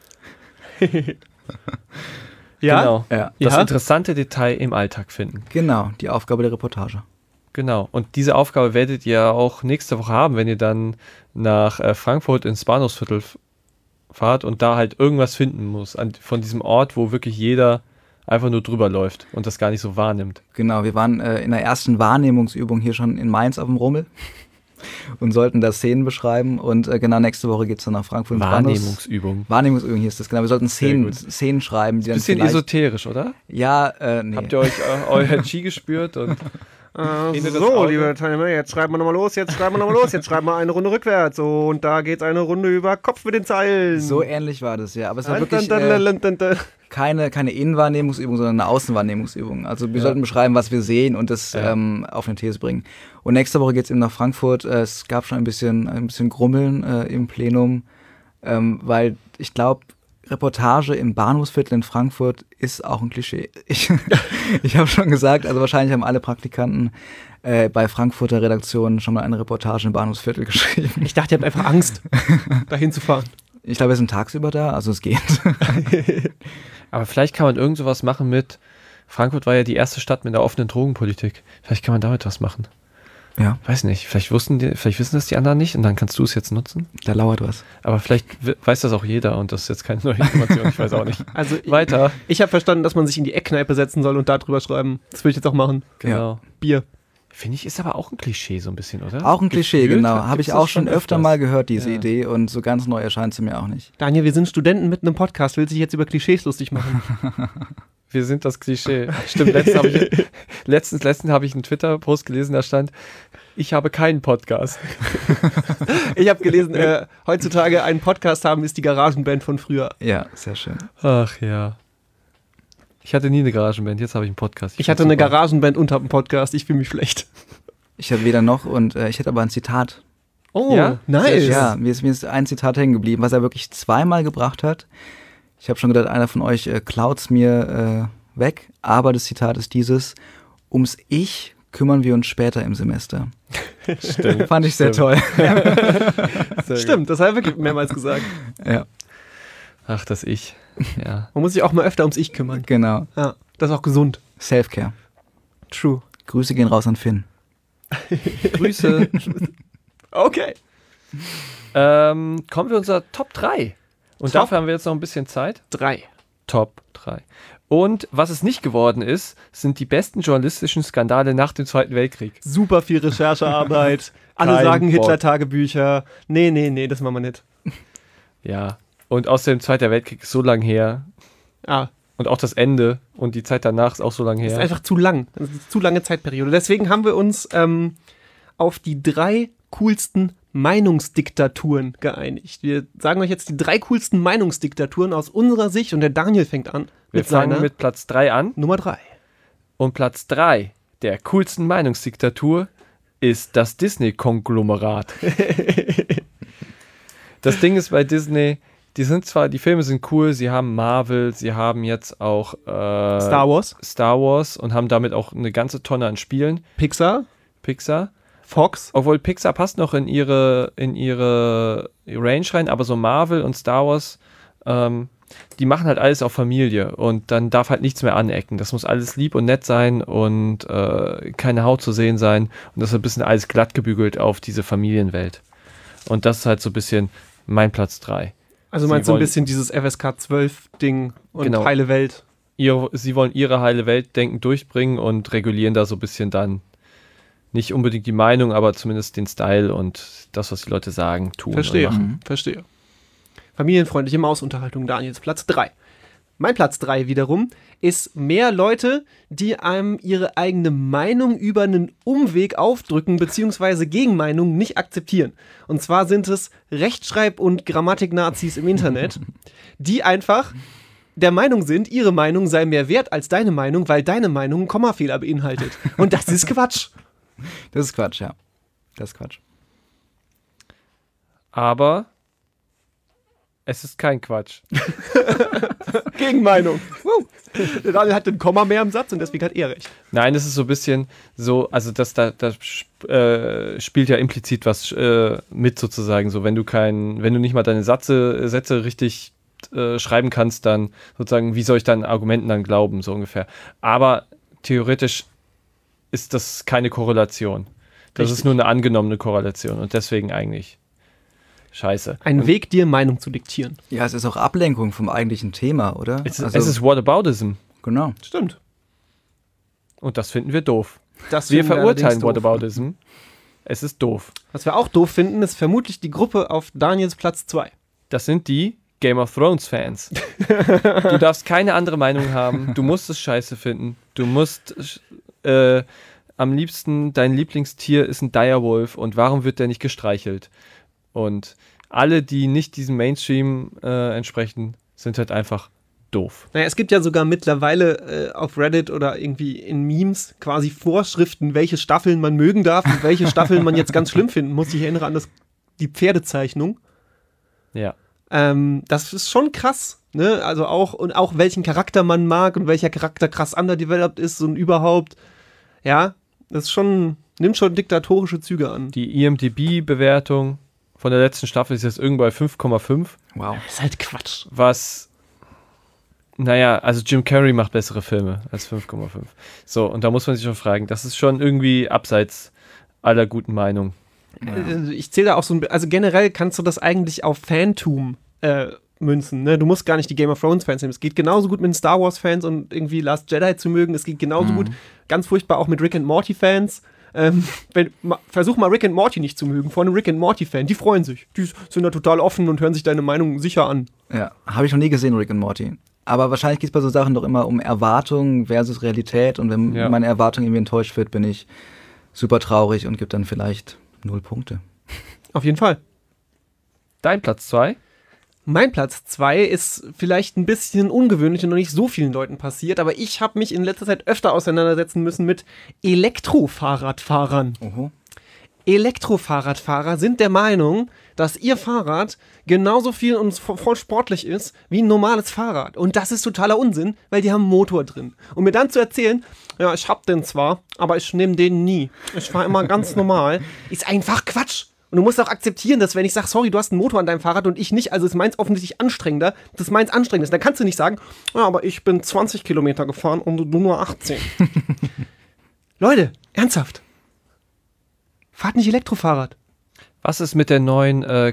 Ja? Genau. Ja. Das Ja? interessante Detail im Alltag finden. Genau, die Aufgabe der Reportage. Genau. Und diese Aufgabe werdet ihr auch nächste Woche haben, wenn ihr dann nach äh, Frankfurt ins Bahnhofsviertel f- fahrt und da halt irgendwas finden muss an, von diesem Ort, wo wirklich jeder einfach nur drüber läuft und das gar nicht so wahrnimmt. Genau, wir waren äh, in der ersten Wahrnehmungsübung hier schon in Mainz auf dem Rummel und sollten da Szenen beschreiben. Und äh, genau nächste Woche geht es dann nach Frankfurt ins Bahnhofs- Wahrnehmungsübung. Wahrnehmungsübung hier ist das, genau. Wir sollten Szenen, gut. Szenen schreiben, die dann Bisschen vielleicht... esoterisch, oder? Ja, äh, nee. Habt ihr euch äh, euer Chi gespürt? Und Äh, Hinter das so, Auge. liebe Teilnehmer, jetzt schreiben wir nochmal los, jetzt schreiben wir nochmal los, jetzt schreiben wir eine Runde rückwärts. Und da geht's eine Runde über Kopf mit den Zeilen. So ähnlich war das, ja. Aber es war Dun, wirklich dun, äh, dun, dun, dun. keine, keine Innenwahrnehmungsübung, sondern eine Außenwahrnehmungsübung. Also wir Ja. sollten beschreiben, was wir sehen und das Ja. ähm, auf eine These bringen. Und nächste Woche geht es eben nach Frankfurt. Äh, es gab schon ein bisschen, ein bisschen Grummeln äh, im Plenum, ähm, weil ich glaube, Reportage im Bahnhofsviertel in Frankfurt ist auch ein Klischee. Ich, ich habe schon gesagt, also wahrscheinlich haben alle Praktikanten äh, bei Frankfurter Redaktionen schon mal eine Reportage im Bahnhofsviertel geschrieben. Ich dachte, ihr habt einfach Angst, dahin zu fahren. Ich glaube, wir sind tagsüber da, also es geht. aber vielleicht kann man irgend sowas machen mit, Frankfurt war ja die erste Stadt mit einer offenen Drogenpolitik. Vielleicht kann man damit was machen. Ja, Weiß nicht, vielleicht, wussten die, vielleicht wissen das die anderen nicht und dann kannst du es jetzt nutzen. da lauert was. Aber vielleicht w- weiß das auch jeder und das ist jetzt keine neue Information, ich weiß auch nicht. Also ich, Weiter. ich habe verstanden, dass man sich in die Eckkneipe setzen soll und da drüber schreiben. Das würde ich jetzt auch machen. Genau. Bier. Finde ich, ist aber auch ein Klischee so ein bisschen, oder? Auch ein Klischee, Gefühlt genau. Habe gibt's ich das auch schon öfter öfters. mal gehört, diese Ja. Idee. Und so ganz neu erscheint sie mir auch nicht. Daniel, wir sind Studenten mit einem Podcast. Willst du dich jetzt über Klischees lustig machen? Wir sind das Klischee. Stimmt, letztens habe ich, letztens, letztens habe ich einen Twitter-Post gelesen, da stand, ich habe keinen Podcast. Ich habe gelesen, äh, heutzutage einen Podcast haben ist die Garagenband von früher. Ja, sehr schön. Ach ja. Ich hatte nie eine Garagenband, jetzt habe ich einen Podcast. Ich hatte find's eine super. Garagenband und habe einen Podcast. Ich fühle mich schlecht. Ich habe weder noch und äh, ich hätte aber ein Zitat. Oh, Ja? nice. Ja, mir ist, mir ist ein Zitat hängen geblieben, was er wirklich zweimal gebracht hat. Ich habe schon gedacht, einer von euch äh, klaut's mir äh, weg. Aber das Zitat ist dieses: Ums Ich kümmern wir uns später im Semester. Stimmt. Fand ich sehr Stimmt. toll. Sehr gut. Stimmt, das habe ich wirklich mehrmals gesagt. Ja, Ach, das Ich. Ja. Man muss sich auch mal öfter ums Ich kümmern. genau. Ja, das ist auch gesund. Self-Care. True. Grüße gehen raus an Finn. Grüße. Okay. ähm, kommen wir unser Top drei. Und Top. dafür haben wir jetzt noch ein bisschen Zeit. Drei. Top drei. Und was es nicht geworden ist, sind die besten journalistischen Skandale nach dem Zweiten Weltkrieg. Super viel Recherchearbeit. Alle Kein sagen Bock. Hitler-Tagebücher. Nee, nee, nee, das machen wir nicht. Ja. Und außerdem Zweiter Weltkrieg ist so lang her. Ah, Und auch das Ende und die Zeit danach ist auch so lange das ist her. einfach zu lang. Das ist eine zu lange Zeitperiode. Deswegen haben wir uns ähm, auf die drei coolsten Meinungsdiktaturen geeinigt. Wir sagen euch jetzt die drei coolsten Meinungsdiktaturen aus unserer Sicht und der Daniel fängt an. Wir mit fangen seiner mit Platz drei an. Nummer drei. Und Platz drei der coolsten Meinungsdiktatur ist das Disney-Konglomerat. Das Ding ist bei Disney, die sind zwar, die Filme sind cool, sie haben Marvel, sie haben jetzt auch äh, Star Wars, Star Wars und haben damit auch eine ganze Tonne an Spielen. Pixar, Pixar. Fox. Obwohl Pixar passt noch in ihre, in ihre Range rein, aber so Marvel und Star Wars, ähm, die machen halt alles auf Familie und dann darf halt nichts mehr anecken. Das muss alles lieb und nett sein und äh, keine Haut zu sehen sein und das ist ein bisschen alles glatt gebügelt auf diese Familienwelt. Und das ist halt so ein bisschen mein Platz drei. Also Sie meinst du ein wollen- bisschen dieses F S K zwölf Ding und Genau. heile Welt? Ihr, sie wollen ihre heile Weltdenken durchbringen und regulieren da so ein bisschen dann nicht unbedingt die Meinung, aber zumindest den Style und das, was die Leute sagen, tun Verstehe, und machen. verstehe. Familienfreundliche Mausunterhaltung, Daniels Platz drei. Mein Platz drei wiederum ist mehr Leute, die einem ihre eigene Meinung über einen Umweg aufdrücken bzw. Gegenmeinungen nicht akzeptieren. Und zwar sind es Rechtschreib- und Grammatik-Nazis im Internet, die einfach der Meinung sind, ihre Meinung sei mehr wert als deine Meinung, weil deine Meinung einen Kommafehler beinhaltet. Und das ist Quatsch. Das ist Quatsch, ja. Das ist Quatsch. Aber es ist kein Quatsch. Gegenmeinung. Der Daniel hat ein Komma mehr im Satz und deswegen hat er recht. Nein, das ist so ein bisschen so, also das da, das äh, spielt ja implizit was äh, mit sozusagen. So, wenn du kein, wenn du nicht mal deine Sätze, Sätze richtig äh, schreiben kannst, dann sozusagen, wie soll ich deinen Argumenten dann glauben, so ungefähr. Aber theoretisch ist das keine Korrelation. Das Richtig. ist nur eine angenommene Korrelation und deswegen eigentlich scheiße. Ein und Weg, dir Meinung zu diktieren. Ja, es ist auch Ablenkung vom eigentlichen Thema, oder? Es, Also, es ist Whataboutism. genau. Stimmt. Und das finden wir doof. Das Wir finden verurteilen allerdings doof. Whataboutism. Es ist doof. Was wir auch doof finden, ist vermutlich die Gruppe auf Daniels Platz zwei. Das sind die Game of Thrones Fans. Du darfst keine andere Meinung haben. Du musst es scheiße finden. Du musst äh, am liebsten, dein Lieblingstier ist ein Direwolf und warum wird der nicht gestreichelt? Und alle, die nicht diesem Mainstream äh, entsprechen, sind halt einfach doof. Naja, es gibt ja sogar mittlerweile äh, auf Reddit oder irgendwie in Memes quasi Vorschriften, welche Staffeln man mögen darf und welche Staffeln man jetzt ganz schlimm finden muss. Ich erinnere an das, die Pferdezeichnung. Ja. Ähm, das ist schon krass, ne? Also auch, und auch welchen Charakter man mag und welcher Charakter krass underdeveloped ist und überhaupt. Ja, das ist schon, nimmt schon diktatorische Züge an. Die I M D B-Bewertung von der letzten Staffel ist jetzt irgendwo bei fünf Komma fünf. Wow. Das ist halt Quatsch. Was, naja, also Jim Carrey macht bessere Filme als fünf Komma fünf. So, und da muss man sich schon fragen, das ist schon irgendwie abseits aller guten Meinungen. Ja. Ich zähle da auch so ein, also generell kannst du das eigentlich auf Fantum äh, münzen, ne? Du musst gar nicht die Game of Thrones Fans nehmen. Es geht genauso gut mit den Star Wars Fans und irgendwie Last Jedi zu mögen. Es geht genauso Mhm. gut, ganz furchtbar auch mit Rick and Morty Fans. Ähm, wenn, ma, versuch mal Rick and Morty nicht zu mögen, vor einem Rick and Morty Fan, die freuen sich. Die sind da total offen und hören sich deine Meinung sicher an. Ja, habe ich noch nie gesehen, Rick and Morty. Aber wahrscheinlich geht es bei so Sachen doch immer um Erwartung versus Realität. Und wenn Ja. meine Erwartung irgendwie enttäuscht wird, bin ich super traurig und gebe dann vielleicht null Punkte. Auf jeden Fall. Dein Platz zwei? Mein Platz zwei ist vielleicht ein bisschen ungewöhnlich und noch nicht so vielen Leuten passiert, aber ich habe mich in letzter Zeit öfter auseinandersetzen müssen mit Elektrofahrradfahrern. Oho. Elektrofahrradfahrer sind der Meinung, dass ihr Fahrrad genauso viel und voll sportlich ist wie ein normales Fahrrad. Und das ist totaler Unsinn, weil die haben einen Motor drin. Und mir dann zu erzählen, ja, ich hab den zwar, aber ich nehme den nie. Ich fahre immer ganz normal, ist einfach Quatsch. Und du musst auch akzeptieren, dass wenn ich sage, sorry, du hast einen Motor an deinem Fahrrad und ich nicht, also ist meins offensichtlich anstrengender, dass meins anstrengend ist. Dann kannst du nicht sagen, ja, aber ich bin zwanzig Kilometer gefahren und du nur achtzehn. Leute, ernsthaft. Fahrt nicht Elektrofahrrad. Was ist mit der neuen äh,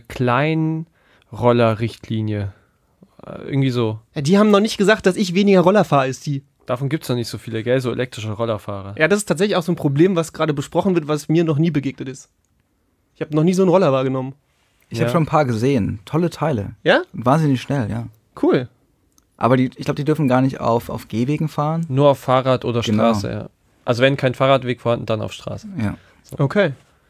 Kleinroller-Richtlinie? Äh, irgendwie so. Ja, die haben noch nicht gesagt, dass ich weniger Roller fahre als die. Davon gibt es noch nicht so viele, gell? So elektrische Rollerfahrer. Ja, das ist tatsächlich auch so ein Problem, was gerade besprochen wird, was mir noch nie begegnet ist. Ich habe noch nie so einen Roller wahrgenommen. Ich Ja. habe schon ein paar gesehen. Tolle Teile. Ja? Wahnsinnig schnell, ja. Cool. Aber die, ich glaube, die dürfen gar nicht auf, auf Gehwegen fahren. Nur auf Fahrrad oder Genau. Straße, ja. Also wenn kein Fahrradweg vorhanden, dann auf Straße. Ja. Okay.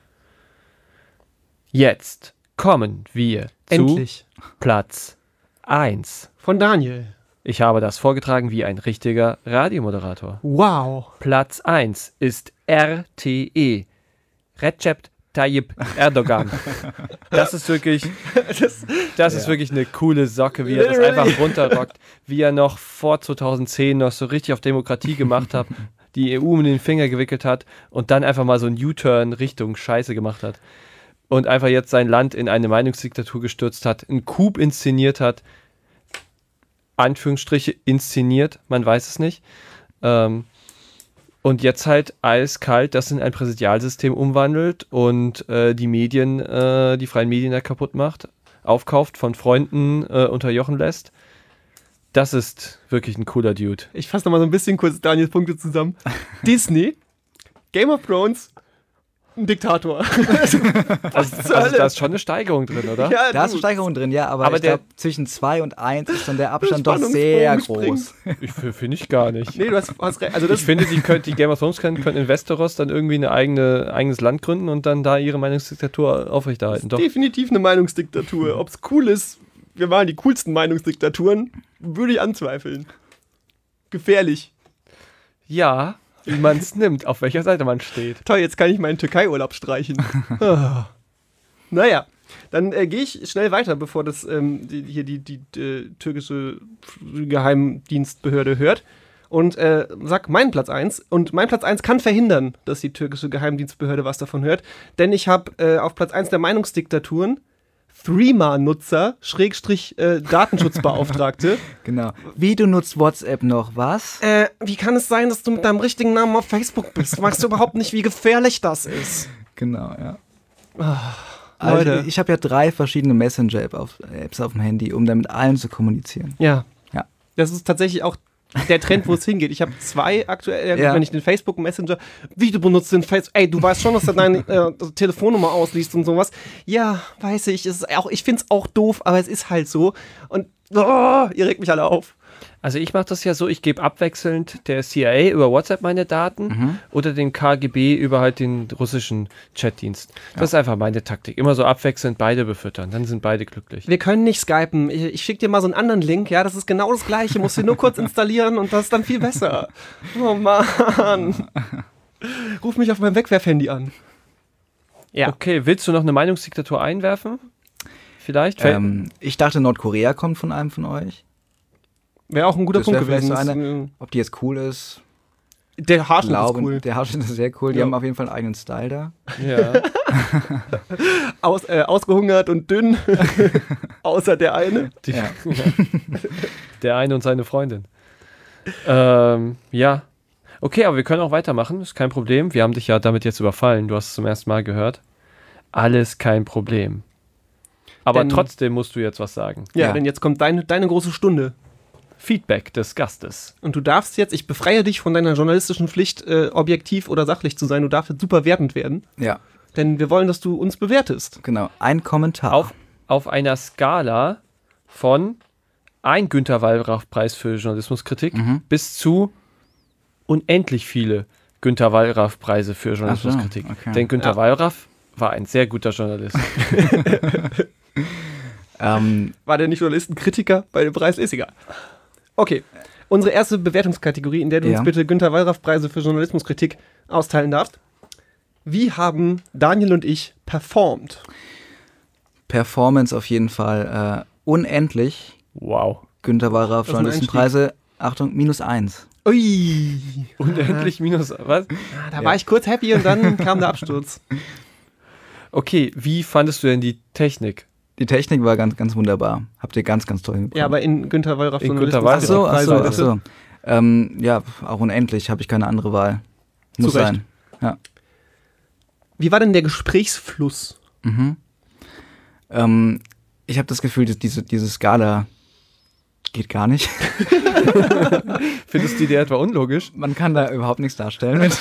Jetzt kommen wir Endlich. zu Platz eins. Von Daniel. Ich habe das vorgetragen wie ein richtiger Radiomoderator. Wow. Platz eins ist R T E. Recep Tayyip Erdogan. Das ist wirklich, das ist Ja. wirklich eine coole Socke, wie er das Literally. einfach runterrockt, wie er noch vor zweitausendzehn noch so richtig auf Demokratie gemacht hat, die E U um den Finger gewickelt hat und dann einfach mal so einen U-Turn Richtung Scheiße gemacht hat und einfach jetzt sein Land in eine Meinungsdiktatur gestürzt hat, einen Coup inszeniert hat, Anführungsstriche inszeniert, man weiß es nicht, ähm, und jetzt halt eiskalt das in ein Präsidialsystem umwandelt und äh, die Medien, äh, die freien Medien da kaputt macht, aufkauft, von Freunden äh, unterjochen lässt. Das ist wirklich ein cooler Dude. Ich fasse nochmal so ein bisschen kurz Daniels Punkte zusammen. Disney, Game of Thrones ein Diktator. Also, also da ist schon eine Steigerung drin, oder? Ja, Da ist eine du, Steigerung drin, ja, aber, Aber ich der- glaube, zwischen zwei und eins ist dann der Abstand doch Spannungsbogen sehr springt. groß. Ich finde ich gar nicht. Nee, du hast, hast recht. Also das, Ich finde, die, könnt, die Game of Thrones können, können in Westeros dann irgendwie eine eigene, eigenes Land gründen und dann da ihre Meinungsdiktatur aufrechterhalten. Doch. definitiv eine Meinungsdiktatur. Ob es cool ist, wir waren die coolsten Meinungsdiktaturen, würde ich anzweifeln. Gefährlich. Ja, wie man es nimmt, auf welcher Seite man steht. Toll, jetzt kann ich meinen Türkei-Urlaub streichen. Ah. Naja, dann äh, gehe ich schnell weiter, bevor das ähm, die, hier die, die, äh, türkische Geheimdienstbehörde hört. Und äh, sag meinen Platz eins. Und mein Platz eins kann verhindern, dass die türkische Geheimdienstbehörde was davon hört. Denn ich habe äh, auf Platz eins der Meinungsdiktaturen Threema-Nutzer, Schrägstrich äh, Datenschutzbeauftragte. Genau. Wie, du nutzt WhatsApp noch, was? Äh, wie kann es sein, dass du mit deinem richtigen Namen auf Facebook bist? Weißt du überhaupt nicht, wie gefährlich das ist? Genau, ja. Leute. Also, ich habe ja drei verschiedene Messenger-Apps auf, Apps auf dem Handy, um dann mit allen zu kommunizieren. Ja. Ja. Das ist tatsächlich auch der Trend, wo es hingeht. Ich habe zwei aktuell, äh, Ja. wenn ich den Facebook Messenger, wie du benutzt den Facebook, ey, du weißt schon, dass er deine äh, Telefonnummer ausliest und sowas. Ja, weiß ich, es ist auch, ich find's auch doof, aber es ist halt so. Und oh, ihr regt mich alle auf. Also ich mache das ja so, ich gebe abwechselnd der C I A über WhatsApp meine Daten Mhm. oder dem K G B über halt den russischen Chatdienst. Das ist einfach meine Taktik. Immer so abwechselnd beide befüttern, dann sind beide glücklich. Wir können nicht skypen. Ich, ich schicke dir mal so einen anderen Link, ja, das ist genau das gleiche. Musst du nur kurz installieren und das ist dann viel besser. Oh Mann. Ruf mich auf meinem Wegwerfhandy an. Ja. Okay, willst du noch eine Meinungsdiktatur einwerfen? Vielleicht? Ähm, ich dachte, Nordkorea kommt von einem von euch. Wäre auch ein guter Das Punkt wär vielleicht gewesen. so Das, eine- äh, Ob die jetzt cool ist, Der Haarschnitt ist glaube, cool. der Haarschnitt ist sehr cool. Die Ja. haben auf jeden Fall einen eigenen Style da. Ja. Aus, äh, ausgehungert und dünn. Außer der eine. Die, Ja. Der eine und seine Freundin. Ähm, ja. Okay, aber wir können auch weitermachen, ist kein Problem. Wir haben dich ja damit jetzt überfallen, du hast es zum ersten Mal gehört. Alles kein Problem. Aber Denn- trotzdem musst du jetzt was sagen. Ja, Ja. denn jetzt kommt deine, deine große Stunde. Feedback des Gastes. Und du darfst jetzt, ich befreie dich von deiner journalistischen Pflicht, äh, objektiv oder sachlich zu sein. Du darfst jetzt super wertend werden. Ja, Denn wir wollen, dass du uns bewertest. genau. Ein Kommentar. Auf, auf einer Skala von ein Günter Wallraff-Preis für Journalismuskritik Mhm. bis zu unendlich viele Günter Wallraff-Preise für Journalismuskritik. okay. Denn Günter Ja. Wallraff war ein sehr guter Journalist. Ähm, War der nicht Journalistenkritiker bei dem Preis? Ist egal. Okay. Unsere erste Bewertungskategorie, in der du Ja. uns bitte Günter Wallraff-Preise für Journalismuskritik austeilen darfst. Wie haben Daniel und ich performt? Performance auf jeden Fall äh, unendlich. Wow. Günter Wallraff, Das ist ein Journalistenpreise, Achtung, minus eins. Ui. Unendlich minus, was? Ah, da war ich kurz happy und dann kam der Absturz. Okay, wie fandest du denn die Technik? Die Technik war ganz, ganz wunderbar. Habt ihr ganz, ganz toll hinbekommen. Ja, aber in Günter Wallraff In Günter Ach Wallraff. so, ach Preise, so, ach bitte. so. Ähm, ja, auch unendlich, habe ich keine andere Wahl. Muss Zu Recht. sein. Ja. Wie war denn der Gesprächsfluss? Mhm. Ähm, ich habe das Gefühl, dass diese, diese Skala geht gar nicht. Findest du die etwa unlogisch? Man kann da überhaupt nichts darstellen mit.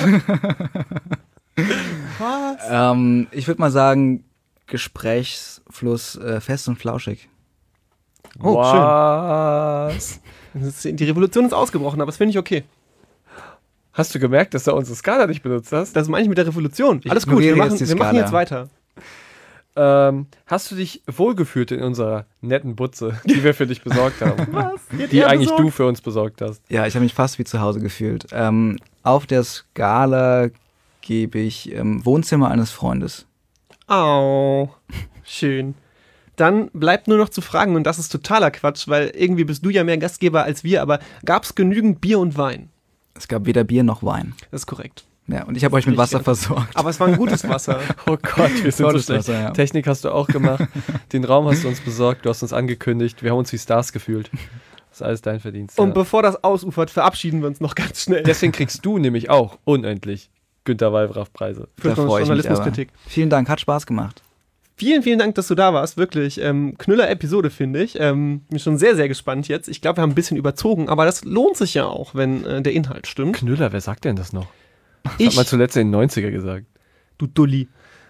Was? ähm, ich würde mal sagen, Gesprächsfluss äh, fest und flauschig. Oh, Was? Das ist, die Revolution ist ausgebrochen, aber das finde ich okay. Hast du gemerkt, dass du unsere Skala nicht benutzt hast? Das meine ich mit der Revolution. Ich Alles gut, wir ignoriere machen, jetzt die wir machen Skala. jetzt weiter. Ähm, hast du dich wohlgefühlt in unserer netten Butze, die wir für dich besorgt haben? Was? Die eigentlich du für uns besorgt hast. Ja, ich habe mich fast wie zu Hause gefühlt. Ähm, auf der Skala gebe ich ähm, Wohnzimmer eines Freundes. Au, schön. Dann bleibt nur noch zu fragen, und das ist totaler Quatsch, weil irgendwie bist du ja mehr Gastgeber als wir, aber gab es genügend Bier und Wein? Es gab weder Bier noch Wein. Das ist korrekt. Ja, und ich habe euch mit Wasser Richtig. versorgt. Aber es war ein gutes Wasser. Oh Gott, wir sind so Tolles schlecht. Wasser, ja. Technik hast du auch gemacht. Den Raum hast du uns besorgt, du hast uns angekündigt. Wir haben uns wie Stars gefühlt. Das ist alles dein Verdienst. Und Ja. bevor das ausufert, verabschieden wir uns noch ganz schnell. Deswegen kriegst du nämlich auch unendlich Günter Wallraff-Preise. Für Da freue ich mich aber. Journalismuskritik. Vielen Dank, hat Spaß gemacht. Vielen, vielen Dank, dass du da warst. Wirklich. Ähm, Knüller-Episode, finde ich. Ähm, bin schon sehr, sehr gespannt jetzt. Ich glaube, wir haben ein bisschen überzogen, aber das lohnt sich ja auch, wenn äh, der Inhalt stimmt. Knüller, wer sagt denn das noch? Das Ich, hat man zuletzt in den neunziger gesagt. du Dulli.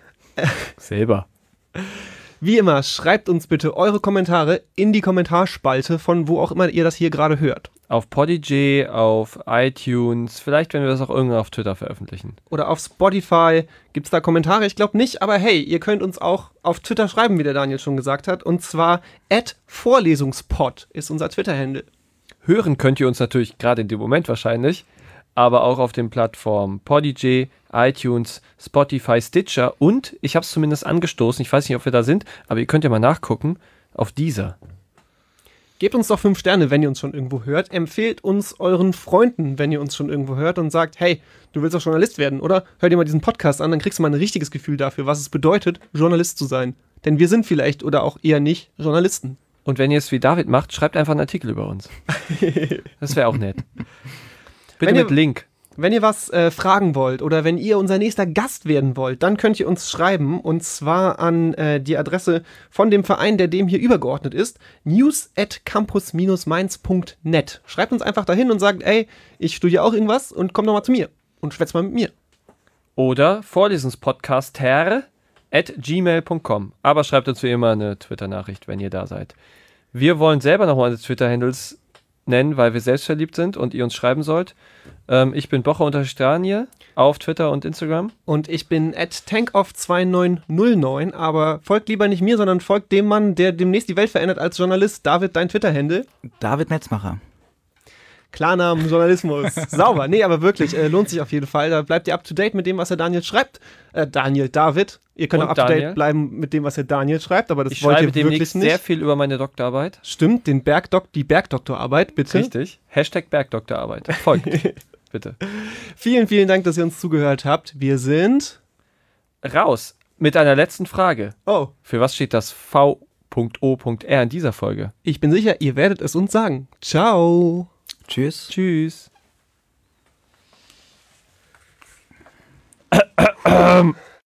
Selber. Wie immer, schreibt uns bitte eure Kommentare in die Kommentarspalte von wo auch immer ihr das hier gerade hört. Auf Podigy, auf iTunes, vielleicht werden wir das auch irgendwann auf Twitter veröffentlichen. Oder auf Spotify. Gibt es da Kommentare? Ich glaube nicht, aber hey, ihr könnt uns auch auf Twitter schreiben, wie der Daniel schon gesagt hat. Und zwar at vorlesungspod ist unser Twitter-Handle. Hören könnt ihr uns natürlich gerade in dem Moment wahrscheinlich, aber auch auf den Plattformen Podigy, iTunes, Spotify, Stitcher und, ich habe es zumindest angestoßen, ich weiß nicht, ob wir da sind, aber ihr könnt ja mal nachgucken, auf Deezer. Gebt uns doch fünf Sterne, wenn ihr uns schon irgendwo hört. Empfehlt uns euren Freunden, wenn ihr uns schon irgendwo hört und sagt, hey, du willst doch Journalist werden, oder? Hör dir mal diesen Podcast an, dann kriegst du mal ein richtiges Gefühl dafür, was es bedeutet, Journalist zu sein. Denn wir sind vielleicht oder auch eher nicht Journalisten. Und wenn ihr es wie David macht, schreibt einfach einen Artikel über uns. Das wäre auch nett. Bitte Wenn mit ihr- Link. Wenn ihr was äh, fragen wollt oder wenn ihr unser nächster Gast werden wollt, dann könnt ihr uns schreiben und zwar an äh, die Adresse von dem Verein, der dem hier übergeordnet ist, news at campus mainz punkt net. Schreibt uns einfach dahin und sagt, ey, ich studiere auch irgendwas und komm doch mal zu mir und schwätz mal mit mir. Oder vorlesenspodcaster at gmail punkt com. Aber schreibt uns wie immer eine Twitter-Nachricht, wenn ihr da seid. Wir wollen selber nochmal unsere Twitter-Handles nennen, weil wir selbstverliebt sind und ihr uns schreiben sollt. Ähm, ich bin Bocher-Daniel auf Twitter und Instagram. Und ich bin at tankoff zwei neun null neun, aber folgt lieber nicht mir, sondern folgt dem Mann, der demnächst die Welt verändert als Journalist. David, dein Twitter-Handle. David Netzmacher. Klarnamen, Journalismus. Sauber. Nee, aber wirklich, äh, lohnt sich auf jeden Fall. Da bleibt ihr up to date mit dem, was der Daniel schreibt. Äh, Daniel, David. Ihr könnt Und auch up to Daniel. date bleiben mit dem, was der Daniel schreibt, aber das Ich wollt schreibe ihr wirklich demnächst nicht. sehr viel über meine Doktorarbeit. Stimmt, den Bergdok die Bergdoktorarbeit, bitte. Richtig. Hashtag Bergdoktorarbeit. Folgt. Bitte. Vielen, vielen Dank, dass ihr uns zugehört habt. Wir sind... Raus mit einer letzten Frage. Oh, Für was steht das V O R in dieser Folge? ich bin sicher, ihr werdet es uns sagen. Ciao. Tschüss. Tschüss.